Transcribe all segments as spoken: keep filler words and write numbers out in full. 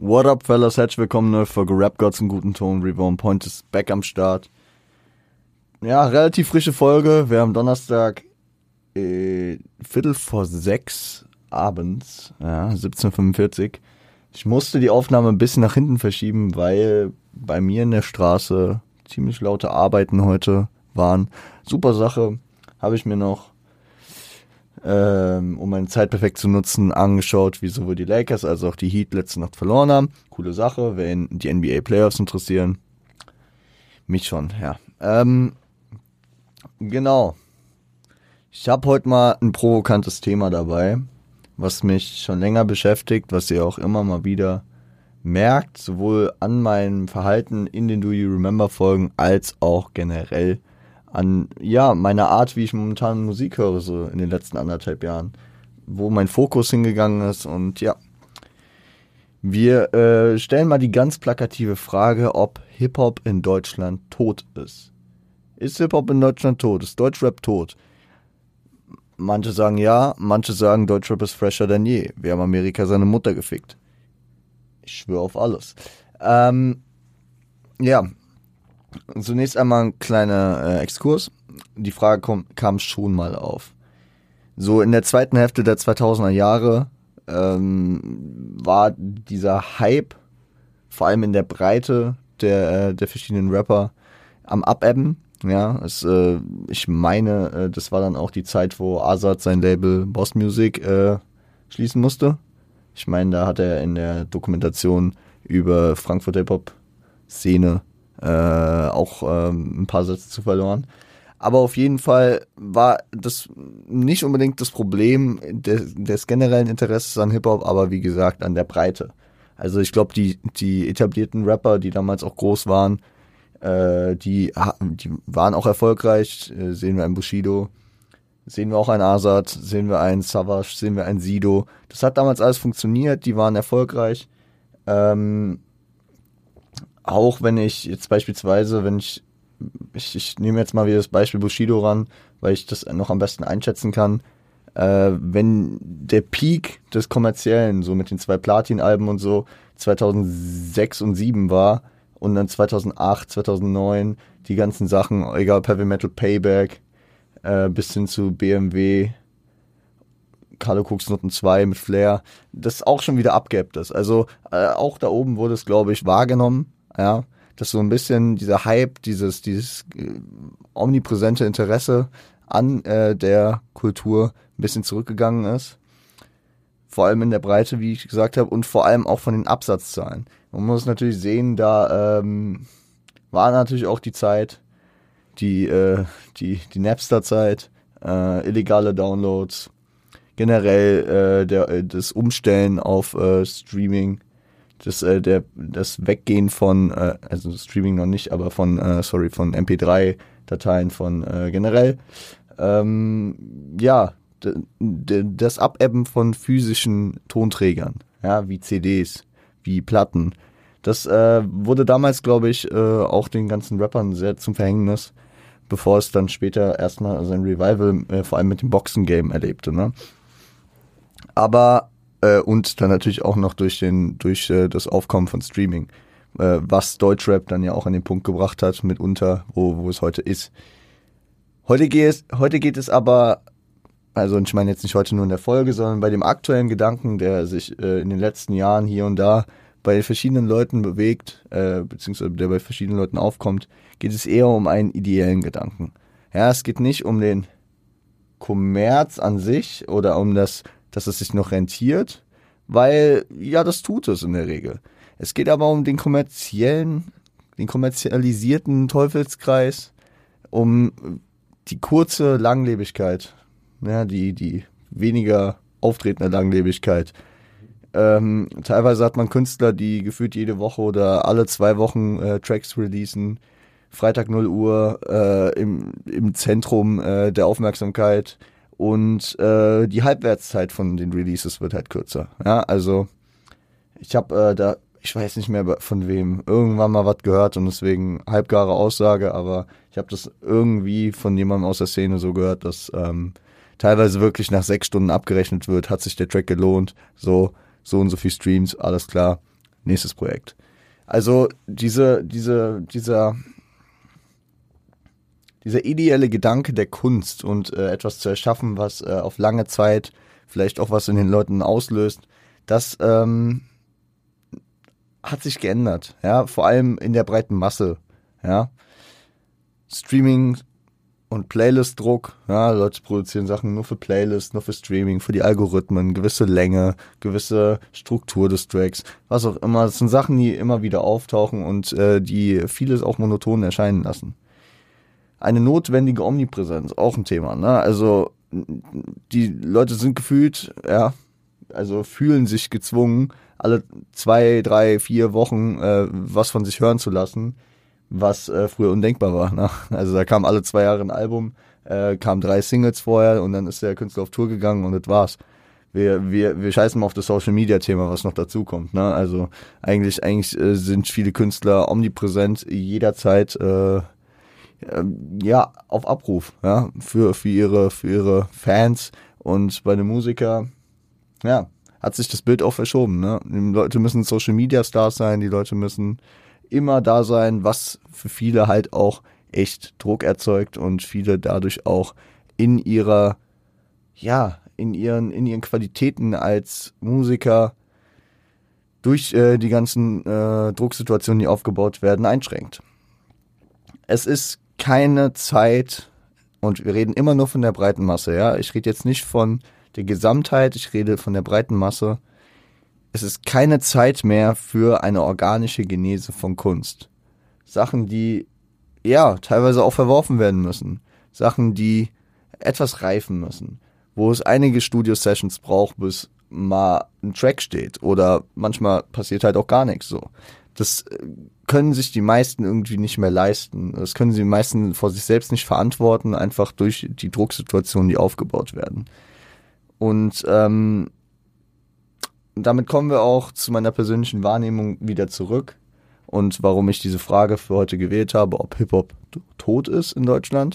What up, fellas? Herzlich willkommen, neue Folge Rap Gods im guten Ton. Reborn Point ist back am Start. Ja, relativ frische Folge. Wir haben Donnerstag äh, Viertel vor sechs abends, ja, siebzehn Uhr fünfundvierzig. Ich musste die Aufnahme ein bisschen nach hinten verschieben, weil bei mir in der Straße ziemlich laute Arbeiten heute waren. Super Sache. Habe ich mir noch, ähm, um meine Zeit perfekt zu nutzen, angeschaut, wie sowohl die Lakers als auch die Heat letzte Nacht verloren haben. Coole Sache, wenn die N B A Playoffs interessieren. Mich schon, ja. Ähm, genau. Ich habe heute mal ein provokantes Thema dabei, was mich schon länger beschäftigt, was ihr auch immer mal wieder merkt, sowohl an meinem Verhalten in den Do You Remember Folgen als auch generell an, ja, meiner Art, wie ich momentan Musik höre, so in den letzten anderthalb Jahren, wo mein Fokus hingegangen ist. Und ja, wir äh, stellen mal die ganz plakative Frage, ob Hip-Hop in Deutschland tot ist. Ist Hip-Hop in Deutschland tot? Ist Deutschrap tot? Manche sagen ja, manche sagen, Deutschrap ist fresher denn je. Wir haben Amerika seine Mutter gefickt. Ich schwöre auf alles. Ähm, ja, zunächst einmal ein kleiner äh, Exkurs. Die Frage kom- kam schon mal auf. So in der zweiten Hälfte der zweitausender Jahre ähm, war dieser Hype, vor allem in der Breite der, äh, der verschiedenen Rapper, am Abebben. Ja, es, äh, ich meine, äh, das war dann auch die Zeit, wo Azad sein Label Boss Music äh, schließen musste. Ich meine, da hat er in der Dokumentation über Frankfurt Hip-Hop-Szene äh, auch ähm, ein paar Sätze zu verloren. Aber auf jeden Fall war das nicht unbedingt das Problem des, des generellen Interesses an Hip-Hop, aber wie gesagt an der Breite. Also ich glaube, die, die etablierten Rapper, die damals auch groß waren, äh, die, die waren auch erfolgreich. Äh, sehen wir einen Bushido, sehen wir auch einen Azad, sehen wir einen Savage, sehen wir einen Sido. Das hat damals alles funktioniert, die waren erfolgreich. Ähm, auch wenn ich jetzt beispielsweise, wenn ich, ich, ich nehme jetzt mal wieder das Beispiel Bushido ran, weil ich das noch am besten einschätzen kann, äh, wenn der Peak des Kommerziellen, so mit den zwei Platin-Alben und so, zweitausendsechs und zweitausendsieben war und dann zweitausendacht, zweitausendneun, die ganzen Sachen, egal Heavy Metal Payback, äh, bis hin zu B M W, Carlo Cooks Noten zwei mit Flair, das auch schon wieder abgeappt ist. Also äh, auch da oben wurde es, glaube ich, wahrgenommen, ja, dass so ein bisschen dieser Hype, dieses, dieses äh, omnipräsente Interesse an äh, der Kultur ein bisschen zurückgegangen ist. Vor allem in der Breite, wie ich gesagt habe, und vor allem auch von den Absatzzahlen. Man muss natürlich sehen, da ähm, war natürlich auch die Zeit, die, äh, die, die Napster-Zeit, äh, illegale Downloads, generell äh, der, äh, das Umstellen auf äh, Streaming, das, äh, der, das Weggehen von, äh, also Streaming noch nicht, aber von, äh, sorry, von M P drei Dateien von äh, generell, ähm, ja, d- d- das Abebben von physischen Tonträgern, ja, wie C Ds, wie Platten. Das äh, wurde damals, glaube ich, äh, auch den ganzen Rappern sehr zum Verhängnis, bevor es dann später erstmal sein Revival äh, vor allem mit dem Boxen-Game erlebte, ne? Aber, äh, und dann natürlich auch noch durch den durch äh, das Aufkommen von Streaming, äh, was Deutschrap dann ja auch an den Punkt gebracht hat, mitunter, wo, wo es heute ist. Heute geht es, heute geht es aber, also ich meine jetzt nicht heute nur in der Folge, sondern bei dem aktuellen Gedanken, der sich äh, in den letzten Jahren hier und da bei verschiedenen Leuten bewegt, äh, beziehungsweise der bei verschiedenen Leuten aufkommt, geht es eher um einen ideellen Gedanken. Ja, es geht nicht um den Kommerz an sich oder um das, dass es sich noch rentiert, weil, ja, das tut es in der Regel. Es geht aber um den kommerziellen, den kommerzialisierten Teufelskreis, um die kurze Langlebigkeit, ja, die, die weniger auftretende Langlebigkeit. Ähm, teilweise hat man Künstler, die gefühlt jede Woche oder alle zwei Wochen äh, Tracks releasen, Freitag null Uhr äh, im, im Zentrum äh, der Aufmerksamkeit und äh, die Halbwertszeit von den Releases wird halt kürzer. Ja, also ich habe äh, da, ich weiß nicht mehr von wem, irgendwann mal was gehört und deswegen halbgare Aussage, aber ich habe das irgendwie von jemandem aus der Szene so gehört, dass ähm, teilweise wirklich nach sechs Stunden abgerechnet wird, hat sich der Track gelohnt, so so und so viel Streams, alles klar, nächstes Projekt. Also diese, diese, dieser, dieser ideelle Gedanke der Kunst und äh, etwas zu erschaffen, was äh, auf lange Zeit vielleicht auch was in den Leuten auslöst, das ähm, hat sich geändert, ja, vor allem in der breiten Masse, ja. Streaming und Playlist-Druck, ja, Leute produzieren Sachen nur für Playlists, nur für Streaming, für die Algorithmen, gewisse Länge, gewisse Struktur des Tracks, was auch immer. Das sind Sachen, die immer wieder auftauchen und äh, die vieles auch monoton erscheinen lassen. Eine notwendige Omnipräsenz, auch ein Thema, ne? Also die Leute sind gefühlt, ja, also fühlen sich gezwungen, alle zwei, drei, vier Wochen äh, was von sich hören zu lassen, was äh, früher undenkbar war. Ne? Also da kam alle zwei Jahre ein Album, äh, kamen drei Singles vorher und dann ist der Künstler auf Tour gegangen und das war's. Wir, wir, wir scheißen mal auf das Social-Media-Thema, was noch dazu kommt. Ne? Also eigentlich, eigentlich äh, sind viele Künstler omnipräsent jederzeit äh, äh, ja auf Abruf, ja, für für ihre für ihre Fans. Und bei den Musiker, ja, hat sich das Bild auch verschoben. Ne? Die Leute müssen Social-Media-Stars sein, die Leute müssen immer da sein, was für viele halt auch echt Druck erzeugt und viele dadurch auch in ihrer, ja, in ihren, in ihren Qualitäten als Musiker durch äh, die ganzen äh, Drucksituationen, die aufgebaut werden, einschränkt. Es ist keine Zeit, und wir reden immer nur von der breiten Masse, ja. Ich rede jetzt nicht von der Gesamtheit, ich rede von der breiten Masse. Es ist keine Zeit mehr für eine organische Genese von Kunst. Sachen, die, ja, teilweise auch verworfen werden müssen. Sachen, die etwas reifen müssen. Wo es einige Studio-Sessions braucht, bis mal ein Track steht. Oder manchmal passiert halt auch gar nichts so. Das können sich die meisten irgendwie nicht mehr leisten. Das können sie die meisten vor sich selbst nicht verantworten, einfach durch die Drucksituationen, die aufgebaut werden. Und ähm, damit kommen wir auch zu meiner persönlichen Wahrnehmung wieder zurück und warum ich diese Frage für heute gewählt habe, ob Hip-Hop tot ist in Deutschland.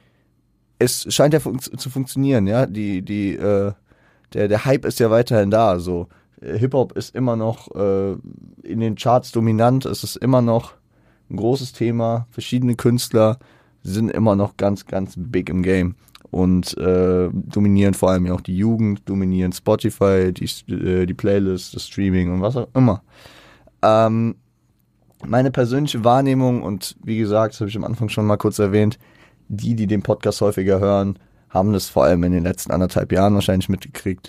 Es scheint ja fun- zu funktionieren, ja, die die äh, der der Hype ist ja weiterhin da, so Hip-Hop ist immer noch äh, in den Charts dominant, es ist immer noch ein großes Thema, verschiedene Künstler sind immer noch ganz ganz big im Game. Und äh, dominieren vor allem ja auch die Jugend, dominieren Spotify, die, äh, die Playlist, das Streaming und was auch immer. Ähm, meine persönliche Wahrnehmung, und wie gesagt, das habe ich am Anfang schon mal kurz erwähnt, die, die den Podcast häufiger hören, haben das vor allem in den letzten anderthalb Jahren wahrscheinlich mitgekriegt.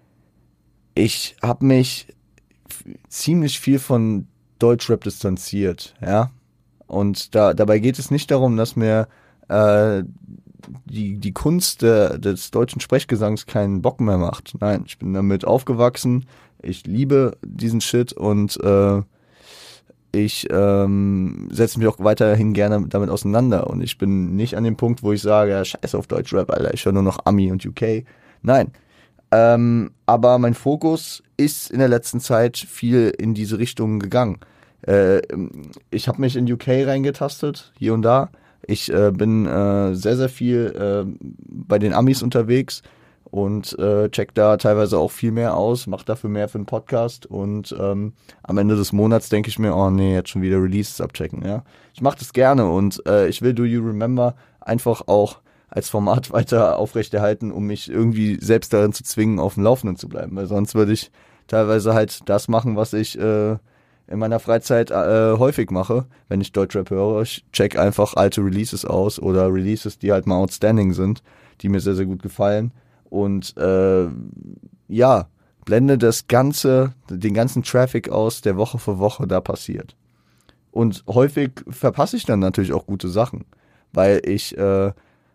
Ich habe mich f- ziemlich viel von Deutschrap distanziert, ja. Und da, dabei geht es nicht darum, dass mir äh, die die Kunst der, des deutschen Sprechgesangs keinen Bock mehr macht. Nein, ich bin damit aufgewachsen. Ich liebe diesen Shit und äh, ich ähm, setze mich auch weiterhin gerne damit auseinander. Und ich bin nicht an dem Punkt, wo ich sage, ja, scheiß auf Deutschrap, Alter, ich höre nur noch Ami und U K. Nein. Ähm, aber mein Fokus ist in der letzten Zeit viel in diese Richtung gegangen. Äh, ich habe mich in U K reingetastet, hier und da. Ich äh, bin äh, sehr, sehr viel äh, bei den Amis unterwegs und äh, check da teilweise auch viel mehr aus, mach dafür mehr für den Podcast und ähm, am Ende des Monats denke ich mir, oh nee, jetzt schon wieder Releases abchecken, ja. Ich mache das gerne und äh, ich will Do You Remember einfach auch als Format weiter aufrechterhalten, um mich irgendwie selbst darin zu zwingen, auf dem Laufenden zu bleiben, weil sonst würde ich teilweise halt das machen, was ich äh, in meiner Freizeit äh, häufig mache, wenn ich Deutschrap höre. Ich check einfach alte Releases aus oder Releases, die halt mal outstanding sind, die mir sehr, sehr gut gefallen. Und äh, ja, blende das Ganze, den ganzen Traffic aus, der Woche für Woche da passiert. Und häufig verpasse ich dann natürlich auch gute Sachen, weil ich äh,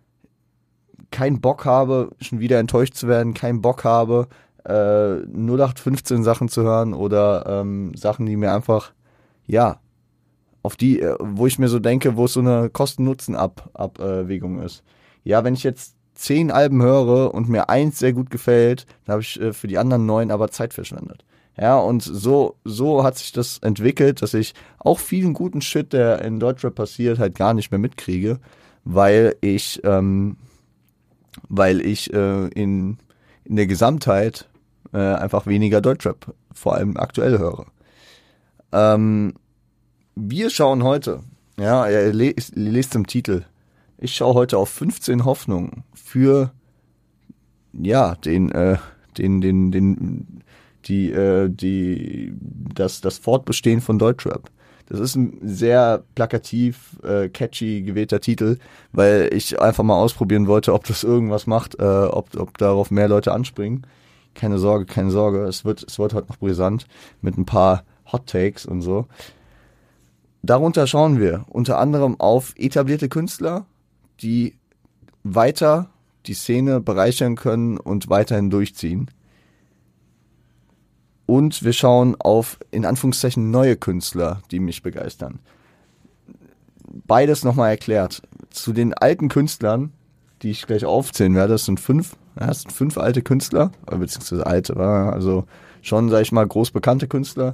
keinen Bock habe, schon wieder enttäuscht zu werden, keinen Bock habe, äh, null acht fünfzehn Sachen zu hören oder ähm, Sachen, die mir einfach, ja, auf die, äh, wo ich mir so denke, wo es so eine Kosten-Nutzen-Abwägung ist. Ja, wenn ich jetzt zehn Alben höre und mir eins sehr gut gefällt, dann habe ich äh, für die anderen neun aber Zeit verschwendet. Ja, und so, so hat sich das entwickelt, dass ich auch vielen guten Shit, der in Deutschrap passiert, halt gar nicht mehr mitkriege, weil ich, ähm, weil ich äh, in, in der Gesamtheit äh, einfach weniger Deutschrap, vor allem aktuell höre. Ähm, wir schauen heute, ja, ihr lest, ihr lest im Titel, ich schaue heute auf fünfzehn Hoffnungen für, ja, den, äh, den, den, den, die, äh, die, das, das Fortbestehen von Deutschrap. Das ist ein sehr plakativ, äh, catchy gewählter Titel, weil ich einfach mal ausprobieren wollte, ob das irgendwas macht, äh, ob, ob darauf mehr Leute anspringen. Keine Sorge, keine Sorge, es wird, es wird heute noch brisant mit ein paar Hot Takes und so. Darunter schauen wir unter anderem auf etablierte Künstler, die weiter die Szene bereichern können und weiterhin durchziehen. Und wir schauen auf, in Anführungszeichen, neue Künstler, die mich begeistern. Beides nochmal erklärt. Zu den alten Künstlern, die ich gleich aufzählen werde, das sind fünf, ja, das sind fünf alte Künstler, beziehungsweise alte, also schon, sag ich mal, groß bekannte Künstler.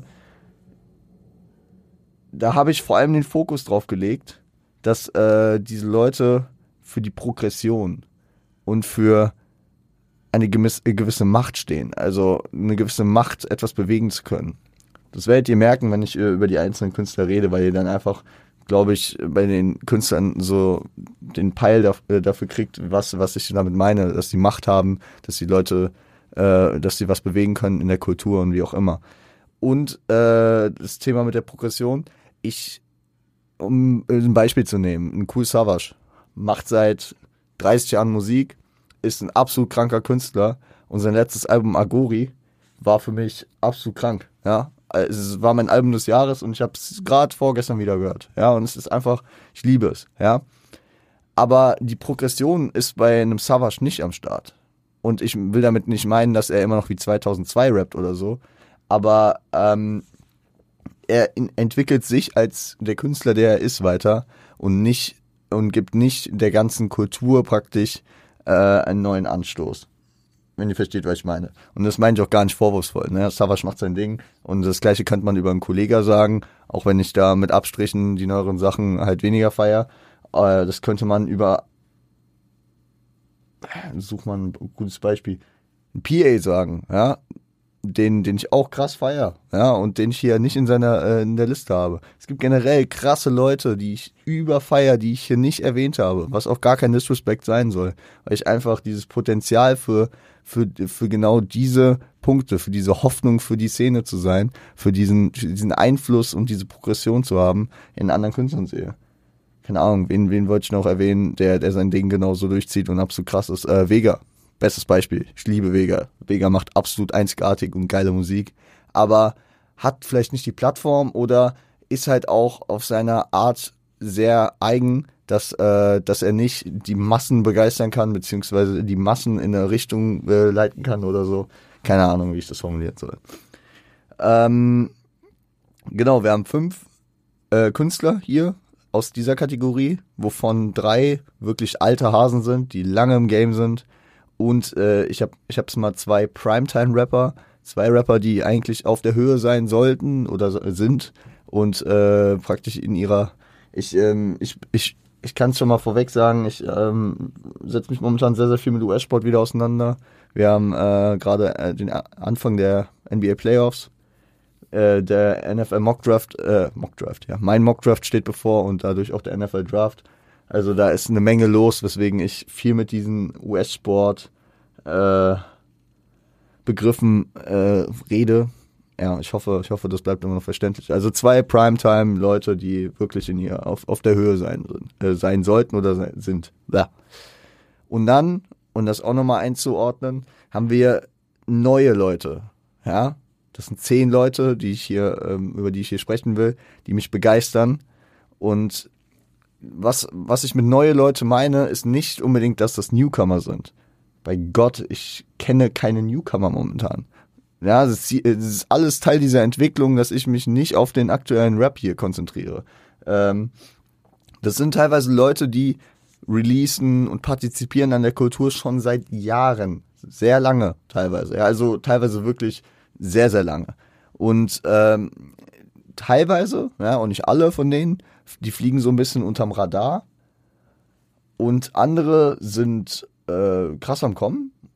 Da habe ich vor allem den Fokus drauf gelegt, dass äh, diese Leute für die Progression und für eine gewisse Macht stehen, also eine gewisse Macht, etwas bewegen zu können. Das werdet ihr merken, wenn ich über die einzelnen Künstler rede, weil ihr dann einfach, glaube ich, bei den Künstlern so den Peil dafür kriegt, was, was ich damit meine, dass sie Macht haben, dass die Leute, äh, dass sie was bewegen können in der Kultur und wie auch immer. Und äh, das Thema mit der Progression, ich, um ein Beispiel zu nehmen, ein Kool Savas macht seit dreißig Jahren Musik, ist ein absolut kranker Künstler und sein letztes Album Agori war für mich absolut krank, ja. Es war mein Album des Jahres und ich habe es gerade vorgestern wieder gehört, ja, und es ist einfach, ich liebe es, ja. Aber die Progression ist bei einem Savas nicht am Start und ich will damit nicht meinen, dass er immer noch wie zweitausendzwei rappt oder so, aber ähm, er in, entwickelt sich als der Künstler, der er ist, weiter und nicht und gibt nicht der ganzen Kultur praktisch äh, einen neuen Anstoß. Wenn ihr versteht, was ich meine. Und das meine ich auch gar nicht vorwurfsvoll. Ne? Savas macht sein Ding und das Gleiche könnte man über einen Kollega sagen, auch wenn ich da mit Abstrichen die neueren Sachen halt weniger feiere. Äh, das könnte man über, such mal ein gutes Beispiel, ein P A sagen, ja, den, den ich auch krass feiere, ja, und den ich hier nicht in seiner äh, in der Liste habe. Es gibt generell krasse Leute, die ich überfeiere, die ich hier nicht erwähnt habe, was auch gar kein Disrespect sein soll, weil ich einfach dieses Potenzial für für für genau diese Punkte, für diese Hoffnung für die Szene zu sein, für diesen für diesen Einfluss und diese Progression zu haben, in anderen Künstlern sehe. Keine Ahnung, wen wen wollte ich noch erwähnen, der der sein Ding genauso durchzieht und absolut krass ist. Äh, Vega. Bestes Beispiel, ich liebe Vega. Vega macht absolut einzigartig und geile Musik, aber hat vielleicht nicht die Plattform oder ist halt auch auf seiner Art sehr eigen, dass äh, dass er nicht die Massen begeistern kann, beziehungsweise die Massen in eine Richtung äh, leiten kann oder so. Keine Ahnung, wie ich das formulieren soll. Ähm, genau, wir haben fünf äh, Künstler hier aus dieser Kategorie, wovon drei wirklich alte Hasen sind, die lange im Game sind. Und äh, ich habe ich hab's mal zwei Primetime-Rapper, zwei Rapper, die eigentlich auf der Höhe sein sollten oder sind und äh, praktisch in ihrer, ich ähm, ich ich ich kann es schon mal vorweg sagen, ich ähm, setze mich momentan sehr sehr viel mit U S-Sport wieder auseinander. Wir haben äh, gerade äh, den Anfang der N B A Playoffs, äh, der N F L Mock Draft, äh, Mock Draft, ja, mein Mock Draft steht bevor und dadurch auch der N F L Draft. Also da ist eine Menge los, weswegen ich viel mit diesen U S-Sport äh, Begriffen äh, rede. Ja, ich hoffe, ich hoffe, das bleibt immer noch verständlich. Also zwei Primetime-Leute, die wirklich in ihr auf, auf der Höhe sein, äh, sein sollten oder sein, sind. Ja. Und dann, um das auch nochmal einzuordnen, haben wir neue Leute. Ja, das sind zehn Leute, die ich hier, ähm, über die ich hier sprechen will, die mich begeistern. Und Was, was ich mit neue Leute meine, ist nicht unbedingt, dass das Newcomer sind. Bei Gott, ich kenne keine Newcomer momentan. Ja, es ist, es ist alles Teil dieser Entwicklung, dass ich mich nicht auf den aktuellen Rap hier konzentriere. Ähm, das sind teilweise Leute, die releasen und partizipieren an der Kultur schon seit Jahren. Sehr lange teilweise. Ja, also teilweise wirklich sehr, sehr lange. Und ähm, teilweise, ja, und nicht alle von denen, die fliegen so ein bisschen unterm Radar und andere sind äh, krass am Kommen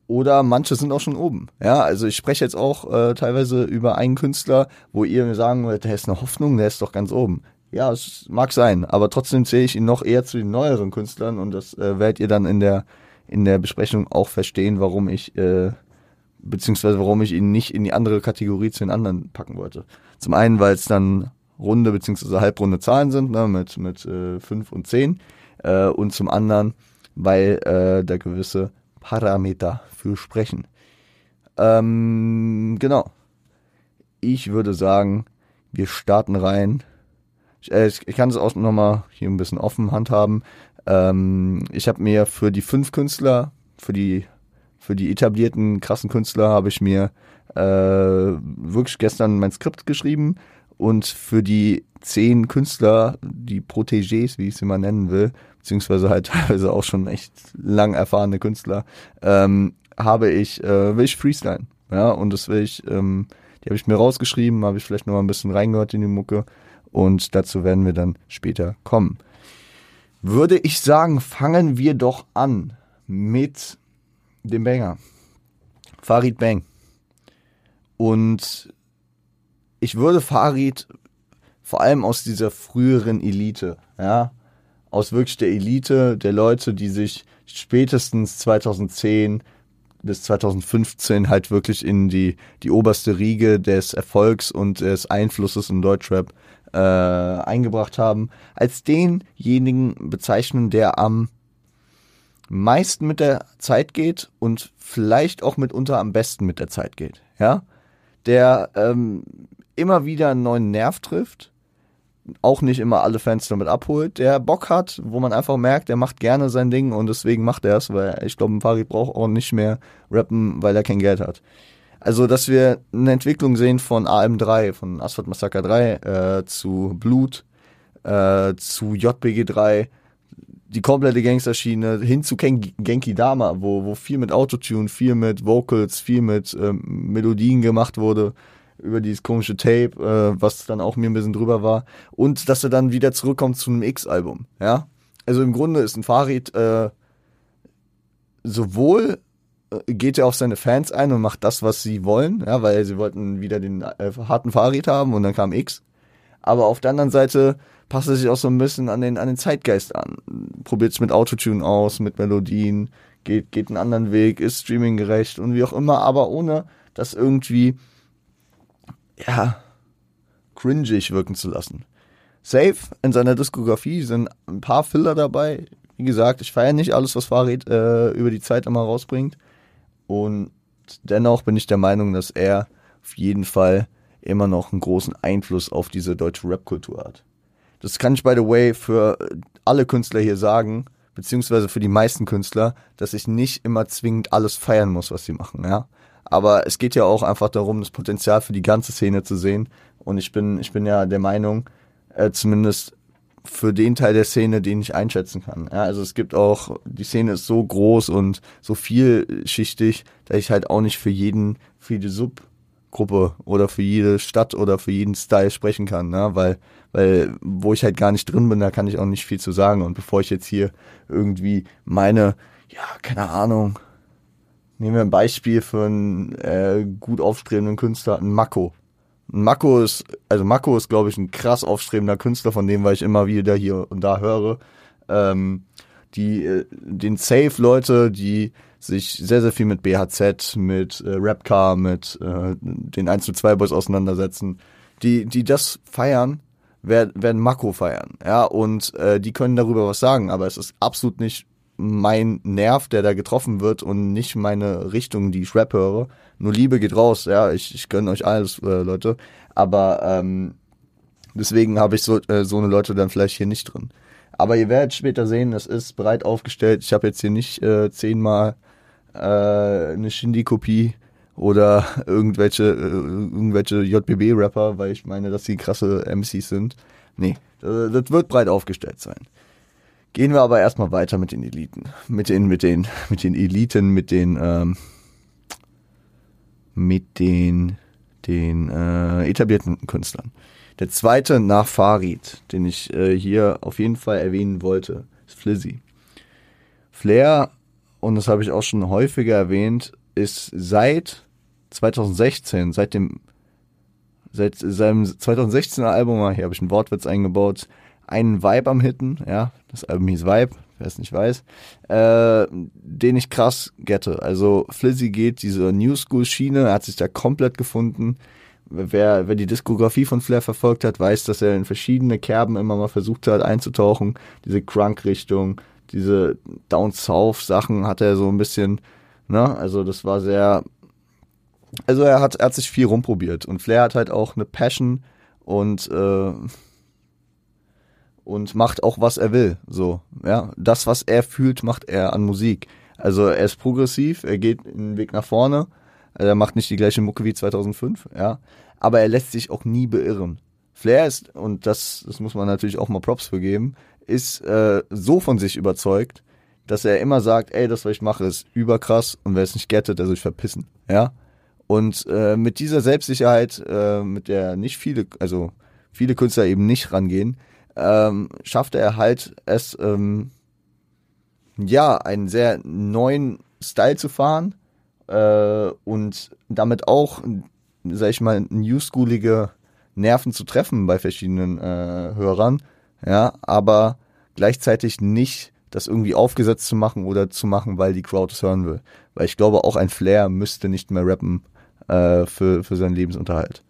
Oder manche sind auch schon oben. Ja, also ich spreche jetzt auch äh, teilweise über einen Künstler, wo ihr mir sagen wollt, der ist eine Hoffnung, der ist doch ganz oben. Ja, es mag sein, aber trotzdem zähle ich ihn noch eher zu den neueren Künstlern und das äh, werdet ihr dann in der in der Besprechung auch verstehen, warum ich äh, beziehungsweise warum ich ihn nicht in die andere Kategorie zu den anderen packen wollte. Zum einen, weil es dann runde beziehungsweise halbrunde Zahlen sind, ne, mit mit äh, fünf und zehn äh, und zum anderen, weil äh, da gewisse Parameter für sprechen. Ähm, genau. Ich würde sagen, wir starten rein. Ich, äh, ich kann es auch nochmal hier ein bisschen offen handhaben. Ähm, ich habe mir für die fünf Künstler, für die für die etablierten krassen Künstler habe ich mir äh, wirklich gestern mein Skript geschrieben und für die zehn Künstler, die Protégés, wie ich sie mal nennen will, beziehungsweise halt teilweise auch schon echt lang erfahrene Künstler, ähm, habe ich, äh, will ich freestylen. Ja, und das will ich, ähm, die habe ich mir rausgeschrieben, habe ich vielleicht noch mal ein bisschen reingehört in die Mucke und dazu werden wir dann später kommen. Würde ich sagen, fangen wir doch an mit dem Banger. Farid Bang. Und ich würde Farid vor allem aus dieser früheren Elite, ja, aus wirklich der Elite der Leute, die sich spätestens zweitausendzehn bis zweitausendfünfzehn halt wirklich in die, die oberste Riege des Erfolgs und des Einflusses in Deutschrap äh, eingebracht haben, als denjenigen bezeichnen, der am meisten mit der Zeit geht und vielleicht auch mitunter am besten mit der Zeit geht, ja, der ähm, immer wieder einen neuen Nerv trifft, auch nicht immer alle Fans damit abholt, der Bock hat, wo man einfach merkt, er macht gerne sein Ding und deswegen macht er es, weil ich glaube, ein Farid braucht auch nicht mehr rappen, weil er kein Geld hat. Also, dass wir eine Entwicklung sehen von A M drei, von Asphalt Massaker drei äh, zu Blut, äh, zu J B G drei, die komplette Gangsterschiene hin zu Ken- Genki Dama, wo, wo viel mit Autotune, viel mit Vocals, viel mit ähm, Melodien gemacht wurde, über dieses komische Tape, äh, was dann auch mir ein bisschen drüber war. Und dass er dann wieder zurückkommt zu einem X-Album, ja. Also im Grunde ist ein Farid äh, sowohl äh, geht er auf seine Fans ein und macht das, was sie wollen, ja, weil sie wollten wieder den äh, harten Farid haben und dann kam X. Aber auf der anderen Seite passt er sich auch so ein bisschen an den, an den Zeitgeist an. Probiert es mit Autotune aus, mit Melodien, geht, geht einen anderen Weg, ist streaminggerecht und wie auch immer, aber ohne das irgendwie ja, cringig wirken zu lassen. Safe in seiner Diskografie sind ein paar Filler dabei. Wie gesagt, ich feiere nicht alles, was Farid äh, über die Zeit immer rausbringt. Und dennoch bin ich der Meinung, dass er auf jeden Fall immer noch einen großen Einfluss auf diese deutsche Rap-Kultur hat. Das kann ich, by the way, für alle Künstler hier sagen, beziehungsweise für die meisten Künstler, dass ich nicht immer zwingend alles feiern muss, was sie machen, ja. Aber es geht ja auch einfach darum, das Potenzial für die ganze Szene zu sehen. Und ich bin, ich bin ja der Meinung, äh, zumindest für den Teil der Szene, den ich einschätzen kann. Ja, also es gibt auch, die Szene ist so groß und so vielschichtig, dass ich halt auch nicht für jeden, für jede Subgruppe oder für jede Stadt oder für jeden Style sprechen kann, ne? Weil, weil, wo ich halt gar nicht drin bin, da kann ich auch nicht viel zu sagen. Und bevor ich jetzt hier irgendwie meine, ja, keine Ahnung, nehmen wir ein Beispiel für einen äh, gut aufstrebenden Künstler, einen Mako. Ein Mako ist, also Mako ist, glaube ich, ein krass aufstrebender Künstler, von dem, weil ich immer wieder hier und da höre. Ähm, die, äh, den Safe-Leute, die sich sehr, sehr viel mit B H Z, mit äh, Rapcar, mit äh, den eins zu zwei Boys auseinandersetzen, die, die das feiern, werden, werden Mako feiern. Ja, und äh, die können darüber was sagen, aber es ist absolut nicht mein Nerv, der da getroffen wird und nicht meine Richtung, die ich Rap höre. Nur Liebe geht raus, ja, ich, ich gönne euch alles, äh, Leute. Aber ähm, deswegen habe ich so, äh, so eine Leute dann vielleicht hier nicht drin. Aber ihr werdet später sehen, es ist breit aufgestellt. Ich habe jetzt hier nicht äh, zehnmal äh, eine Shindy-Kopie oder irgendwelche, äh, irgendwelche J B B-Rapper, weil ich meine, dass sie krasse M Cs sind. Nee, das, das wird breit aufgestellt sein. Gehen wir aber erstmal weiter mit den Eliten. Mit den, mit den, mit den Eliten, mit den, ähm, mit den, den äh, etablierten Künstlern. Der zweite nach Farid, den ich äh, hier auf jeden Fall erwähnen wollte, ist Flizzy. Flair, und das habe ich auch schon häufiger erwähnt, ist seit zwanzig sechzehn, seit dem seit seinem zwanzig sechzehner Album, hier habe ich einen Wortwitz eingebaut, einen Vibe am Hitten, ja, das Album hieß Vibe, wer es nicht weiß, äh, den ich krass gette. Also Flizzy geht diese New School Schiene, er hat sich da komplett gefunden. Wer, wer die Diskografie von Flair verfolgt hat, weiß, dass er in verschiedene Kerben immer mal versucht hat einzutauchen. Diese Crunk-Richtung, diese Down-South-Sachen hat er so ein bisschen, ne, also das war sehr, also er hat, er hat sich viel rumprobiert und Flair hat halt auch eine Passion und, äh, und macht auch, was er will, so, ja. Das, was er fühlt, macht er an Musik. Also er ist progressiv, er geht den Weg nach vorne, er macht nicht die gleiche Mucke wie zweitausendfünf, ja, aber er lässt sich auch nie beirren. Flair ist, und das, das muss man natürlich auch mal Props für geben, ist äh, so von sich überzeugt, dass er immer sagt, ey, das, was ich mache, ist überkrass und wer es nicht gettet, der soll sich verpissen, ja. Und äh, mit dieser Selbstsicherheit, äh, mit der nicht viele, also viele Künstler eben nicht rangehen, ähm, schafft er halt es, ähm, ja, einen sehr neuen Style zu fahren, äh, und damit auch, sag ich mal, newschoolige Nerven zu treffen bei verschiedenen äh, Hörern, ja, aber gleichzeitig nicht das irgendwie aufgesetzt zu machen oder zu machen, weil die Crowd es hören will. Weil ich glaube, auch ein Flair müsste nicht mehr rappen äh, für, für seinen Lebensunterhalt.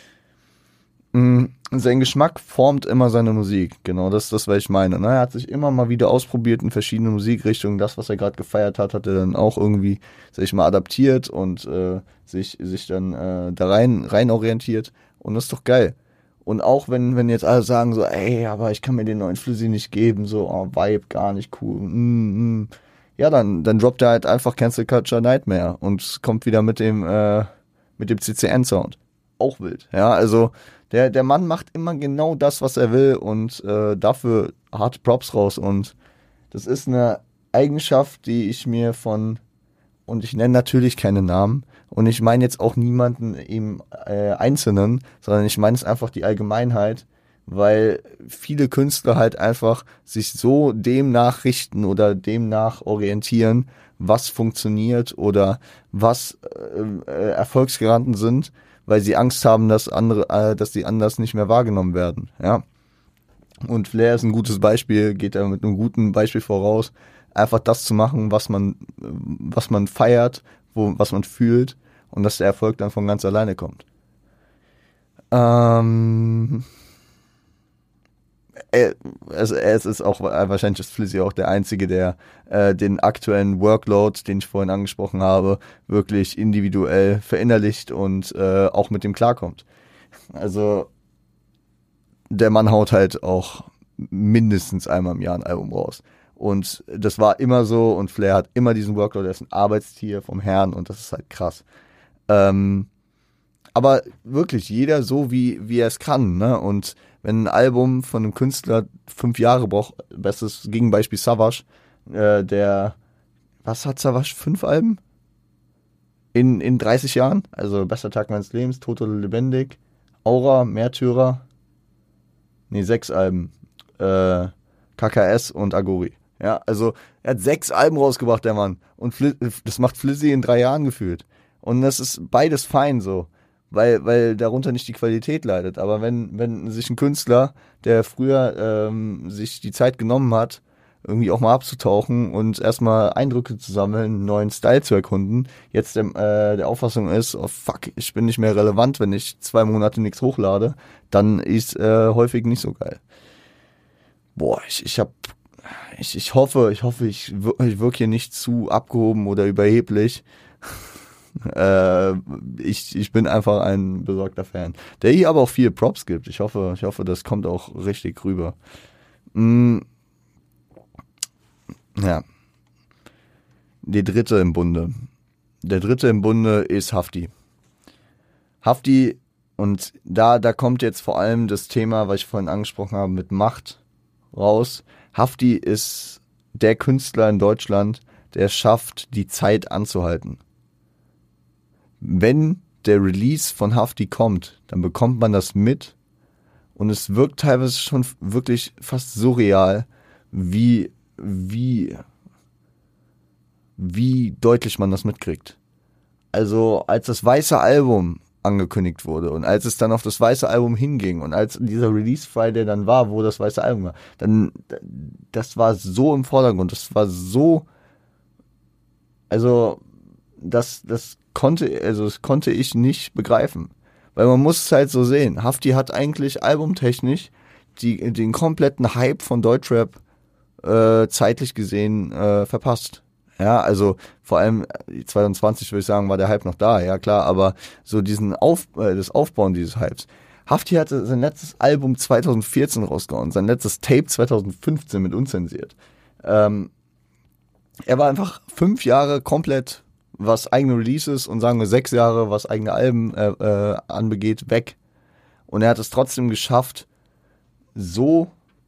Mm, sein Geschmack formt immer seine Musik. Genau, das ist das, was ich meine. Na, er hat sich immer mal wieder ausprobiert in verschiedenen Musikrichtungen. Das, was er gerade gefeiert hat, hat er dann auch irgendwie, sag ich mal, adaptiert und äh, sich, sich dann äh, da rein, rein orientiert. Und das ist doch geil. Und auch wenn, wenn jetzt alle sagen so, ey, aber ich kann mir den neuen Flizzy nicht geben, so, oh, Vibe, gar nicht cool. Mm, mm. Ja, dann, dann droppt er halt einfach Cancel Culture Nightmare und kommt wieder mit dem, äh, mit dem C C N-Sound. Auch wild. Ja, also der, der Mann macht immer genau das, was er will und äh, dafür harte Props raus. Und das ist eine Eigenschaft, die ich mir von, und ich nenne natürlich keine Namen, und ich meine jetzt auch niemanden im äh, Einzelnen, sondern ich meine es einfach die Allgemeinheit, weil viele Künstler halt einfach sich so dem nachrichten oder dem nach orientieren, was funktioniert oder was äh, äh, Erfolgsgaranten sind, weil sie Angst haben, dass andere, äh, dass die anders nicht mehr wahrgenommen werden, ja. Und Flair ist ein gutes Beispiel, geht da mit einem guten Beispiel voraus, einfach das zu machen, was man, was man feiert, wo, was man fühlt, und dass der Erfolg dann von ganz alleine kommt. Ähm, es, es ist auch wahrscheinlich ist Flizzy auch der Einzige, der äh, den aktuellen Workload, den ich vorhin angesprochen habe, wirklich individuell verinnerlicht und äh, auch mit dem klarkommt. Also der Mann haut halt auch mindestens einmal im Jahr ein Album raus. Und das war immer so, und Flair hat immer diesen Workload, er ist ein Arbeitstier vom Herrn und das ist halt krass. Ähm, aber wirklich, jeder so, wie, wie er es kann, ne? Und wenn ein Album von einem Künstler fünf Jahre braucht, bestes Gegenbeispiel Savage, äh, der, was hat Savage, fünf Alben? In, in dreißig Jahren? Also Bester Tag meines Lebens, Tot oder lebendig, Aura, Märtyrer, nee, sechs Alben, äh, K K S und Agori. Ja, also er hat sechs Alben rausgebracht, der Mann. Und Fli- das macht Flizzy in drei Jahren gefühlt. Und das ist beides fein so, weil, weil darunter nicht die Qualität leidet. Aber wenn, wenn sich ein Künstler, der früher ähm, sich die Zeit genommen hat, irgendwie auch mal abzutauchen und erstmal Eindrücke zu sammeln, einen neuen Style zu erkunden, jetzt der, äh, der Auffassung ist, oh fuck, ich bin nicht mehr relevant, wenn ich zwei Monate nichts hochlade, dann ist äh, häufig nicht so geil. Boah, ich, ich hab, ich, ich hoffe, ich hoffe, ich, wir, ich wirke hier nicht zu abgehoben oder überheblich. äh, ich, ich bin einfach ein besorgter Fan, der hier aber auch viel Props gibt. Ich hoffe, ich hoffe, das kommt auch richtig rüber. Mm, ja. Die dritte im Bunde. Der dritte im Bunde ist Hafti. Hafti, und da, da kommt jetzt vor allem das Thema, was ich vorhin angesprochen habe, mit Macht raus. Hafti ist der Künstler in Deutschland, der es schafft, die Zeit anzuhalten. Wenn der Release von Hafti kommt, dann bekommt man das mit und es wirkt teilweise schon wirklich fast surreal, wie, wie, wie deutlich man das mitkriegt. also als das weiße Album angekündigt wurde und als es dann auf das weiße Album hinging und als dieser Release Friday dann war, wo das weiße Album war, dann, das war so im Vordergrund, das war so, also, das, das konnte, also, das konnte ich nicht begreifen. Weil man muss es halt so sehen. Hafti hat eigentlich albumtechnisch die, den kompletten Hype von Deutschrap äh, zeitlich gesehen äh, verpasst. Ja, also vor allem zwanzig zwanzig würde ich sagen, war der Hype noch da, ja klar, aber so diesen Auf, äh, das Aufbauen dieses Hypes. Hafti hatte sein letztes Album zwanzig vierzehn rausgehauen, sein letztes Tape zwanzig fünfzehn mit unzensiert. Ähm, er war einfach fünf Jahre komplett, was eigene Releases und sagen wir sechs Jahre, was eigene Alben äh, äh, anbegeht, weg. Und er hat es trotzdem geschafft, so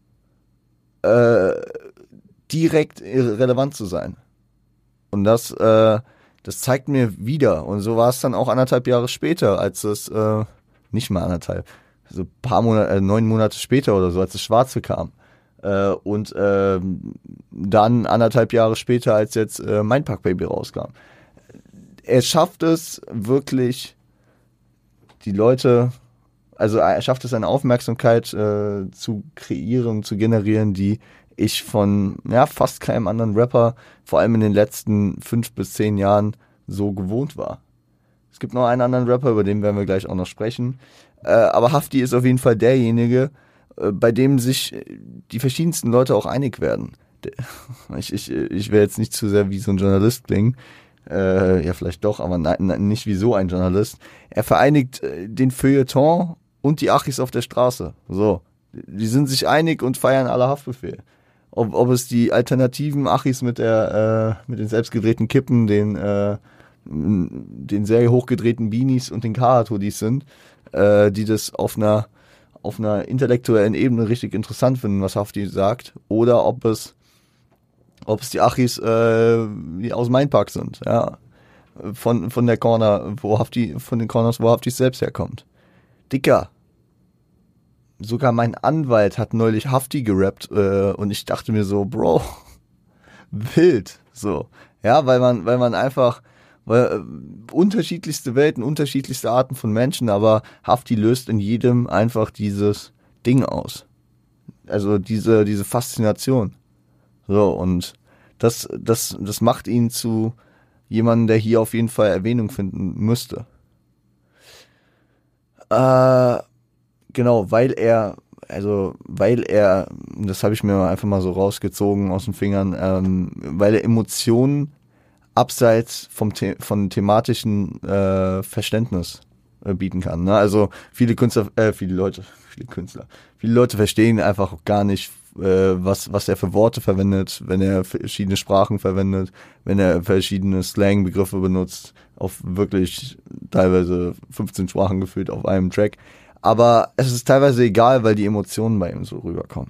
äh, direkt relevant zu sein. Und das, äh, das zeigt mir wieder. Und so war es dann auch anderthalb Jahre später, als es, äh, nicht mal anderthalb, so ein paar Monate, äh, neun Monate später oder so, als das Schwarze kam. Äh, und äh, dann anderthalb Jahre später, als jetzt äh, Mindpack Baby rauskam. Er schafft es wirklich, die Leute, also er schafft es, eine Aufmerksamkeit äh, zu kreieren, zu generieren, die ich von ja fast keinem anderen Rapper, vor allem in den letzten fünf bis zehn Jahren, so gewohnt war. Es gibt noch einen anderen Rapper, über den werden wir gleich auch noch sprechen. Äh, aber Hafti ist auf jeden Fall derjenige, äh, bei dem sich die verschiedensten Leute auch einig werden. Ich, ich, ich will jetzt nicht zu sehr wie so ein Journalist klingen. Äh, ja, vielleicht doch, aber nein, nicht wie so ein Journalist. Er vereinigt äh, den Feuilleton und die Achis auf der Straße. So. Die sind sich einig und feiern alle Haftbefehl. Ob, ob es die alternativen Achis mit der, äh, mit den selbstgedrehten Kippen, den, äh, den sehr hochgedrehten Beanies und den Karat-Hoodies sind, äh, die das auf einer, auf einer intellektuellen Ebene richtig interessant finden, was Hafti sagt, oder ob es Ob es die Achis äh, die aus Mindpark sind, ja. Von, von der Corner, wo Hafti, von den Corners, wo Hafti selbst herkommt. Dicker. Sogar mein Anwalt hat neulich Hafti gerappt äh, und ich dachte mir so, Bro, wild. So. Ja, weil man, weil man einfach, weil äh, unterschiedlichste Welten, unterschiedlichste Arten von Menschen, aber Hafti löst in jedem einfach dieses Ding aus. Also diese, diese Faszination. So, und das, das, das macht ihn zu jemandem, der hier auf jeden Fall Erwähnung finden müsste. Äh, genau, weil er, also, weil er, das habe ich mir einfach mal so rausgezogen aus den Fingern, ähm, weil er Emotionen abseits vom The- von thematischen äh, Verständnis äh, bieten kann. Ne? Also viele Künstler, äh, viele Leute, viele Künstler, viele Leute verstehen einfach auch gar nicht, was was er für Worte verwendet, wenn er verschiedene Sprachen verwendet, wenn er verschiedene Slang-Begriffe benutzt, auf wirklich teilweise fünfzehn Sprachen gefühlt auf einem Track. Aber es ist teilweise egal, weil die Emotionen bei ihm so rüberkommen.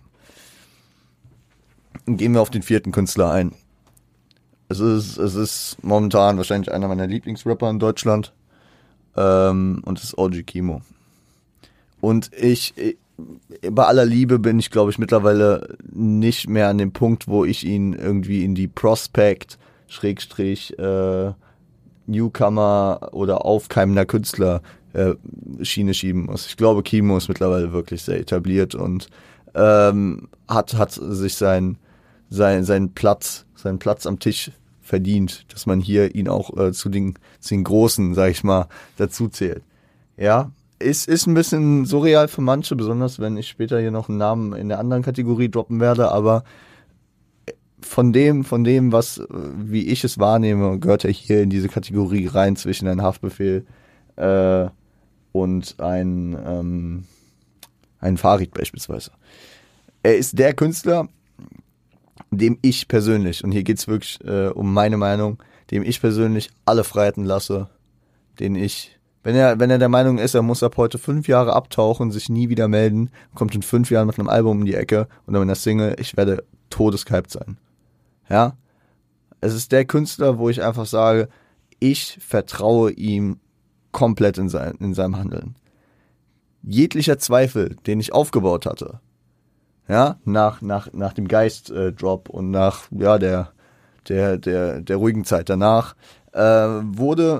Und gehen wir auf den vierten Künstler ein. Es ist, es ist momentan wahrscheinlich einer meiner Lieblingsrapper in Deutschland. Ähm, und es ist O G Kimo. Und ich... ich bei aller Liebe bin ich, glaube ich, mittlerweile nicht mehr an dem Punkt, wo ich ihn irgendwie in die Prospect, Schrägstrich, äh, Newcomer oder aufkeimender Künstler äh, Schiene schieben muss. Ich glaube, Kimo ist mittlerweile wirklich sehr etabliert und ähm, hat, hat sich sein, sein, seinen Platz, seinen Platz am Tisch verdient, dass man hier ihn auch äh, zu den, zu den Großen, sag ich mal, dazu zählt. Ja, Ist, ist ein bisschen surreal für manche, besonders wenn ich später hier noch einen Namen in der anderen Kategorie droppen werde, aber von dem, von dem, was, wie ich es wahrnehme, gehört er hier in diese Kategorie rein zwischen ein Haftbefehl äh, und ein, ähm, ein Farid beispielsweise. Er ist der Künstler, dem ich persönlich, und hier geht's wirklich äh, um meine Meinung, dem ich persönlich alle Freiheiten lasse, den ich Wenn er, wenn er der Meinung ist, er muss ab heute fünf Jahre abtauchen, sich nie wieder melden, kommt in fünf Jahren mit einem Album um die Ecke und dann mit einer Single, ich werde todesgehypt sein. Ja? Es ist der Künstler, wo ich einfach sage, ich vertraue ihm komplett in, sein, in seinem Handeln. Jeglicher Zweifel, den ich aufgebaut hatte, ja, nach, nach, nach dem Geist-Drop und nach, ja, der, der, der, der ruhigen Zeit danach, äh, wurde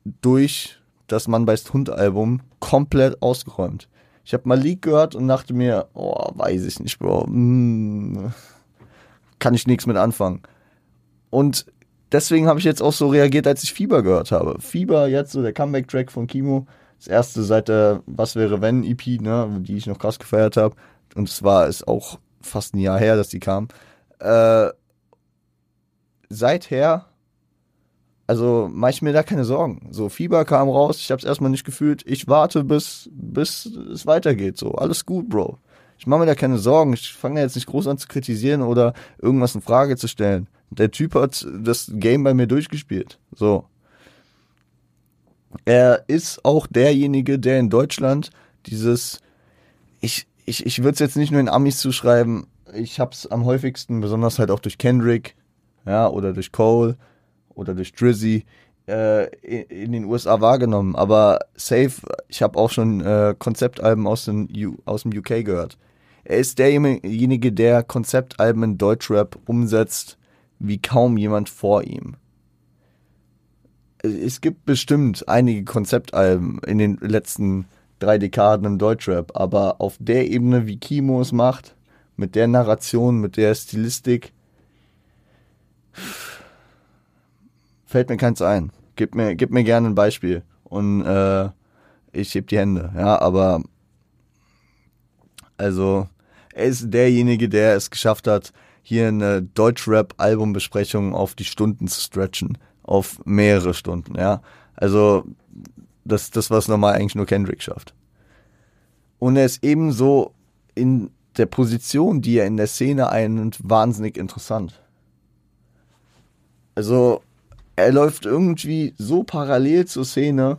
durch das Mann beißt Hund Album komplett ausgeräumt. Ich habe Malik gehört und dachte mir, oh, weiß ich nicht, Bro, hm, kann ich nichts mit anfangen. Und deswegen habe ich jetzt auch so reagiert, als ich Fieber gehört habe. Fieber, jetzt so der Comeback-Track von Kimo, das erste seit der Was wäre wenn E P, ne, die ich noch krass gefeiert habe. Und es war ist auch fast ein Jahr her, dass die kam. Äh, seither Also mach ich mir da keine Sorgen. So, Fieber kam raus, ich hab's erstmal nicht gefühlt. Ich warte, bis, bis es weitergeht. So, alles gut, Bro. Ich mache mir da keine Sorgen. Ich fange jetzt nicht groß an zu kritisieren oder irgendwas in Frage zu stellen. Der Typ hat das Game bei mir durchgespielt. So. Er ist auch derjenige, der in Deutschland dieses, ich, ich, ich würde es jetzt nicht nur in Amis zuschreiben, ich hab's am häufigsten, besonders halt auch durch Kendrick, ja, oder durch Cole, oder durch Drizzy äh, in, in den U S A wahrgenommen. Aber safe, ich habe auch schon äh, Konzeptalben aus, den U, aus dem U K gehört. Er ist derjenige, der Konzeptalben in Deutschrap umsetzt, wie kaum jemand vor ihm. Es gibt bestimmt einige Konzeptalben in den letzten drei Dekaden im Deutschrap, aber auf der Ebene, wie Kimo es macht, mit der Narration, mit der Stilistik, fällt mir keins ein. Gib mir, gib mir gerne ein Beispiel und äh, ich heb die Hände. Ja, aber also er ist derjenige, der es geschafft hat, hier eine Deutschrap-Albumbesprechung auf die Stunden zu stretchen, auf mehrere Stunden. Ja, also das, das was normal eigentlich nur Kendrick schafft. Und er ist ebenso in der Position, die er in der Szene einnimmt, wahnsinnig interessant. Also er läuft irgendwie so parallel zur Szene.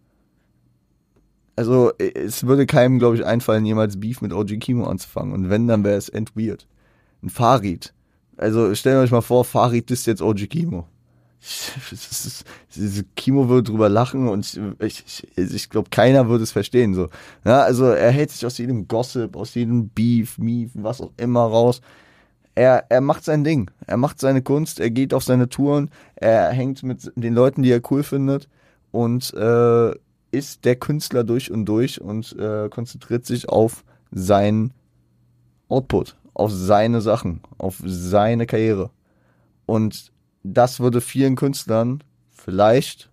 Also es würde keinem, glaube ich, einfallen, jemals Beef mit O G Kimo anzufangen. Und wenn, dann wäre es end weird. Ein Farid. Also stellt euch mal vor, Farid ist jetzt O G Kimo. Kimo würde drüber lachen und ich, ich, ich glaube, keiner würde es verstehen. So. Ja, also er hält sich aus jedem Gossip, aus jedem Beef, Mief, was auch immer raus. Er, er macht sein Ding, er macht seine Kunst, er geht auf seine Touren, er hängt mit den Leuten, die er cool findet und äh, ist der Künstler durch und durch und äh, konzentriert sich auf seinen Output, auf seine Sachen, auf seine Karriere. Und das würde vielen Künstlern vielleicht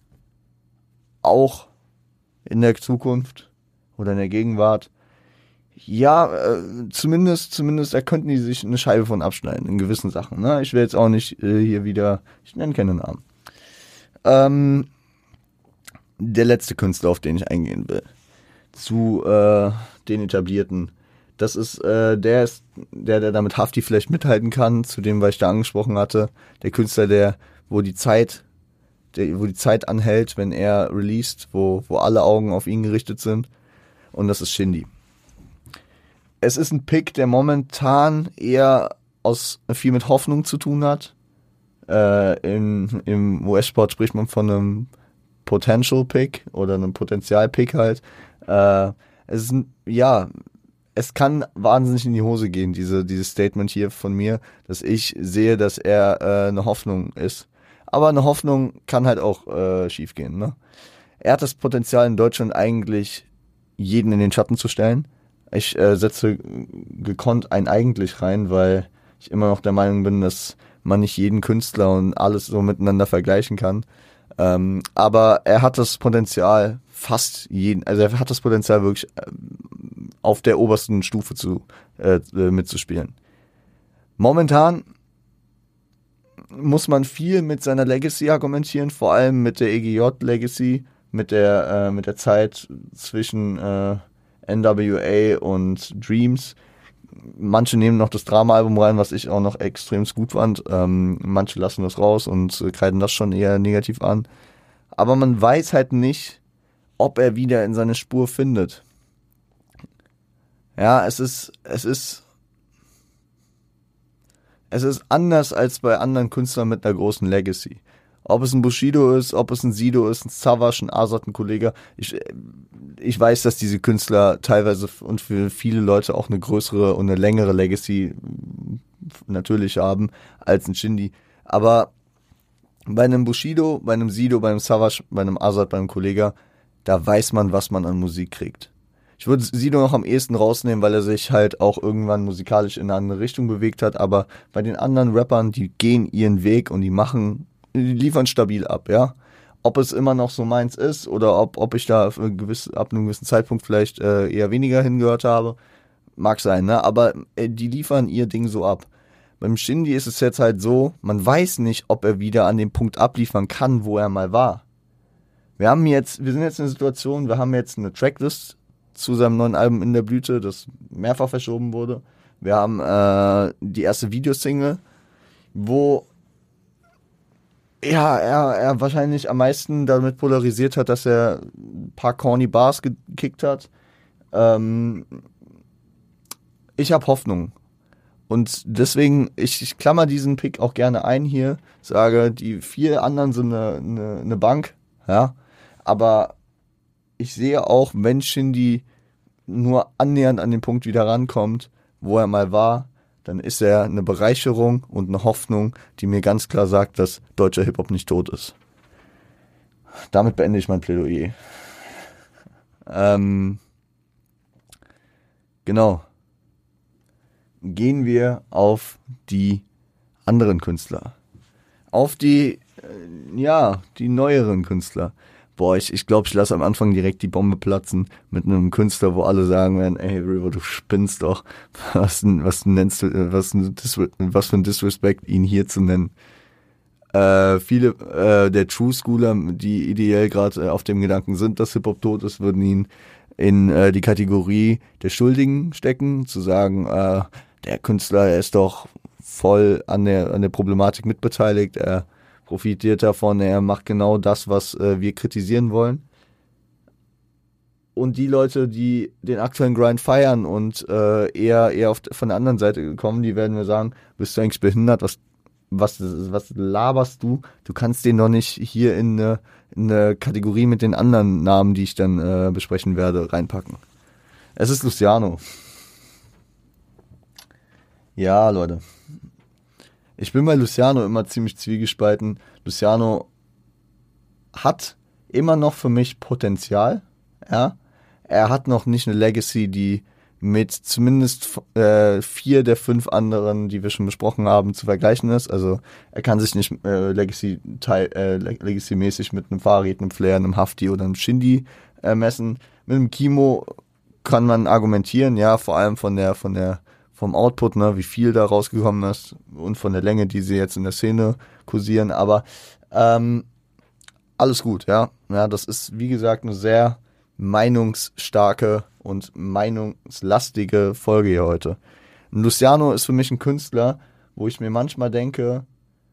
auch in der Zukunft oder in der Gegenwart Ja, äh, zumindest, zumindest, da könnten die sich eine Scheibe von abschneiden in gewissen Sachen. Ne? Ich will jetzt auch nicht äh, hier wieder, ich nenne keine Namen. Ähm, der letzte Künstler, auf den ich eingehen will, zu äh, den etablierten. Das ist äh, der, ist der, der damit Hafti vielleicht mithalten kann, zu dem, was ich da angesprochen hatte. Der Künstler, der, wo die Zeit, der, wo die Zeit anhält, wenn er released, wo, wo alle Augen auf ihn gerichtet sind. Und das ist Shindy. Es ist ein Pick, der momentan eher aus viel mit Hoffnung zu tun hat. Äh, in, Im U S-Sport spricht man von einem Potential Pick oder einem Potenzial Pick halt. Äh, es ist ein, ja, es kann wahnsinnig in die Hose gehen, diese, dieses Statement hier von mir, dass ich sehe, dass er äh, eine Hoffnung ist. Aber eine Hoffnung kann halt auch äh, schief gehen, ne? Er hat das Potenzial in Deutschland eigentlich jeden in den Schatten zu stellen. Ich äh, setze gekonnt ein eigentlich rein, weil ich immer noch der Meinung bin, dass man nicht jeden Künstler und alles so miteinander vergleichen kann. Ähm, aber er hat das Potenzial, fast jeden, also er hat das Potenzial wirklich äh, auf der obersten Stufe zu äh, mitzuspielen. Momentan muss man viel mit seiner Legacy argumentieren, vor allem mit der E G J-Legacy, mit der äh, mit der Zeit zwischen äh, N W A und Dreams. Manche nehmen noch das Drama-Album rein, was ich auch noch extrem gut fand. Ähm, manche lassen das raus und äh, kreiden das schon eher negativ an. Aber man weiß halt nicht, ob er wieder in seine Spur findet. Ja, es ist, es ist, es ist anders als bei anderen Künstlern mit einer großen Legacy. Ob es ein Bushido ist, ob es ein Sido ist, ein Savage, ein Azad, ein Kollege. Ich, ich weiß, dass diese Künstler teilweise und für viele Leute auch eine größere und eine längere Legacy natürlich haben als ein Shindy. Aber Bei einem Bushido, bei einem Sido, bei einem Savage, bei einem Azad, bei einem Kollega, da weiß man, was man an Musik kriegt. Ich würde Sido noch am ehesten rausnehmen, weil er sich halt auch irgendwann musikalisch in eine andere Richtung bewegt hat, aber bei den anderen Rappern, die gehen ihren Weg und die machen, die liefern stabil ab, ja. Ob es immer noch so meins ist oder ob, ob ich da gewiss, ab einem gewissen Zeitpunkt vielleicht äh, eher weniger hingehört habe, mag sein, ne? Aber äh, die liefern ihr Ding so ab. Beim Shindy ist es jetzt halt so, man weiß nicht, ob er wieder an dem Punkt abliefern kann, wo er mal war. Wir haben jetzt, wir sind jetzt in einer Situation, wir haben jetzt eine Tracklist zu seinem neuen Album In der Blüte, das mehrfach verschoben wurde. Wir haben äh, die erste Videosingle, wo ja, er, er wahrscheinlich am meisten damit polarisiert hat, dass er ein paar corny Bars gekickt hat. Ähm, ich habe Hoffnung. Und deswegen, ich, ich klammer diesen Pick auch gerne ein hier, sage, die vier anderen sind eine, eine, eine Bank, ja, aber ich sehe auch, wenn Shindy nur annähernd an den Punkt wieder rankommt, wo er mal war, dann ist er eine Bereicherung und eine Hoffnung, die mir ganz klar sagt, dass deutscher Hip-Hop nicht tot ist. Damit beende ich mein Plädoyer. Ähm, genau. Gehen wir auf die anderen Künstler. Auf die, äh, ja, die neueren Künstler. Boah, ich, ich glaube, ich lasse am Anfang direkt die Bombe platzen mit einem Künstler, wo alle sagen werden, ey, River, du spinnst doch. Was, was nennst du, was, was für ein Disrespect, ihn hier zu nennen. Äh, viele äh, der True Schooler, die ideell gerade äh, auf dem Gedanken sind, dass Hip-Hop tot ist, würden ihn in äh, die Kategorie der Schuldigen stecken, zu sagen, äh, der Künstler, er ist doch voll an der, an der Problematik mitbeteiligt, er profitiert davon, er macht genau das, was äh, wir kritisieren wollen. Und die Leute, die den aktuellen Grind feiern und äh, eher eher auf, von der anderen Seite kommen, die werden mir sagen, bist du eigentlich behindert, was was was laberst du? Du kannst den doch nicht hier in eine, in eine Kategorie mit den anderen Namen, die ich dann äh, besprechen werde, reinpacken. Es ist Luciano. Ja, Leute. Ich bin bei Luciano immer ziemlich zwiegespalten. Luciano hat immer noch für mich Potenzial. Ja, er hat noch nicht eine Legacy, die mit zumindest äh, vier der fünf anderen, die wir schon besprochen haben, zu vergleichen ist. Also er kann sich nicht äh, Legacy äh, Legacy-mäßig mit einem Farid, einem Flair, einem Hafti oder einem Shindy äh, messen. Mit einem Kimo kann man argumentieren, ja, vor allem von der von der vom Output, ne, wie viel da rausgekommen ist und von der Länge, die sie jetzt in der Szene kursieren, aber ähm, alles gut, ja. Ja, das ist, wie gesagt, eine sehr meinungsstarke und meinungslastige Folge hier heute. Luciano ist für mich ein Künstler, wo ich mir manchmal denke,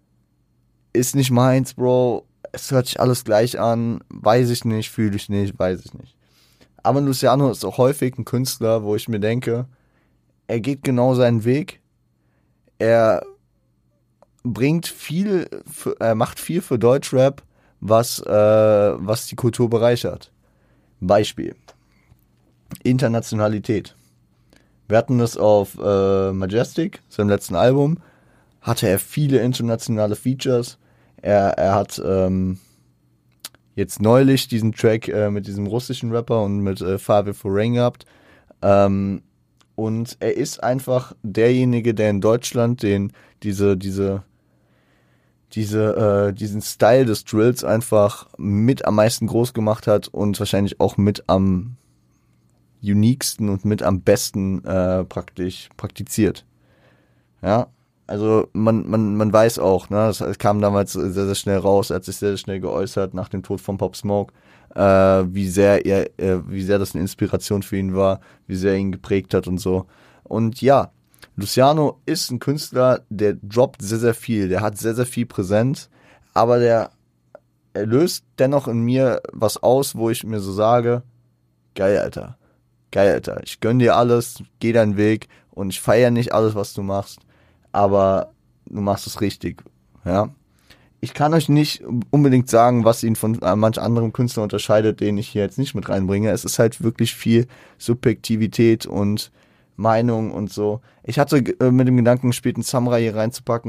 ist nicht meins, Bro, es hört sich alles gleich an, weiß ich nicht, fühle ich nicht, weiß ich nicht. Aber Luciano ist auch häufig ein Künstler, wo ich mir denke, er geht genau seinen Weg. Er bringt viel, für, er macht viel für Deutschrap, was, äh, was die Kultur bereichert. Beispiel. Internationalität. Wir hatten das auf äh, Majestic, seinem letzten Album. Hatte er viele internationale Features. Er, er hat ähm, jetzt neulich diesen Track äh, mit diesem russischen Rapper und mit äh, Fabio Foreign gehabt. Ähm, Und er ist einfach derjenige, der in Deutschland den diese diese diese äh, diesen Style des Drills einfach mit am meisten groß gemacht hat und wahrscheinlich auch mit am uniquesten und mit am besten äh, praktisch praktiziert. Ja, also man man man weiß auch, ne, es kam damals sehr sehr schnell raus, er hat sich sehr, sehr schnell geäußert nach dem Tod von Pop Smoke. Äh, wie sehr er, äh, wie sehr das eine Inspiration für ihn war, wie sehr er ihn geprägt hat und so. Und ja, Luciano ist ein Künstler, der droppt sehr, sehr viel, der hat sehr, sehr viel Präsenz, aber der er löst dennoch in mir was aus, wo ich mir so sage, geil, Alter, geil, Alter, ich gönn dir alles, geh deinen Weg und ich feiere nicht alles, was du machst, aber du machst es richtig, ja. Ich kann euch nicht unbedingt sagen, was ihn von manch anderen Künstlern unterscheidet, den ich hier jetzt nicht mit reinbringe. Es ist halt wirklich viel Subjektivität und Meinung und so. Ich hatte mit dem Gedanken gespielt, einen Samurai hier reinzupacken,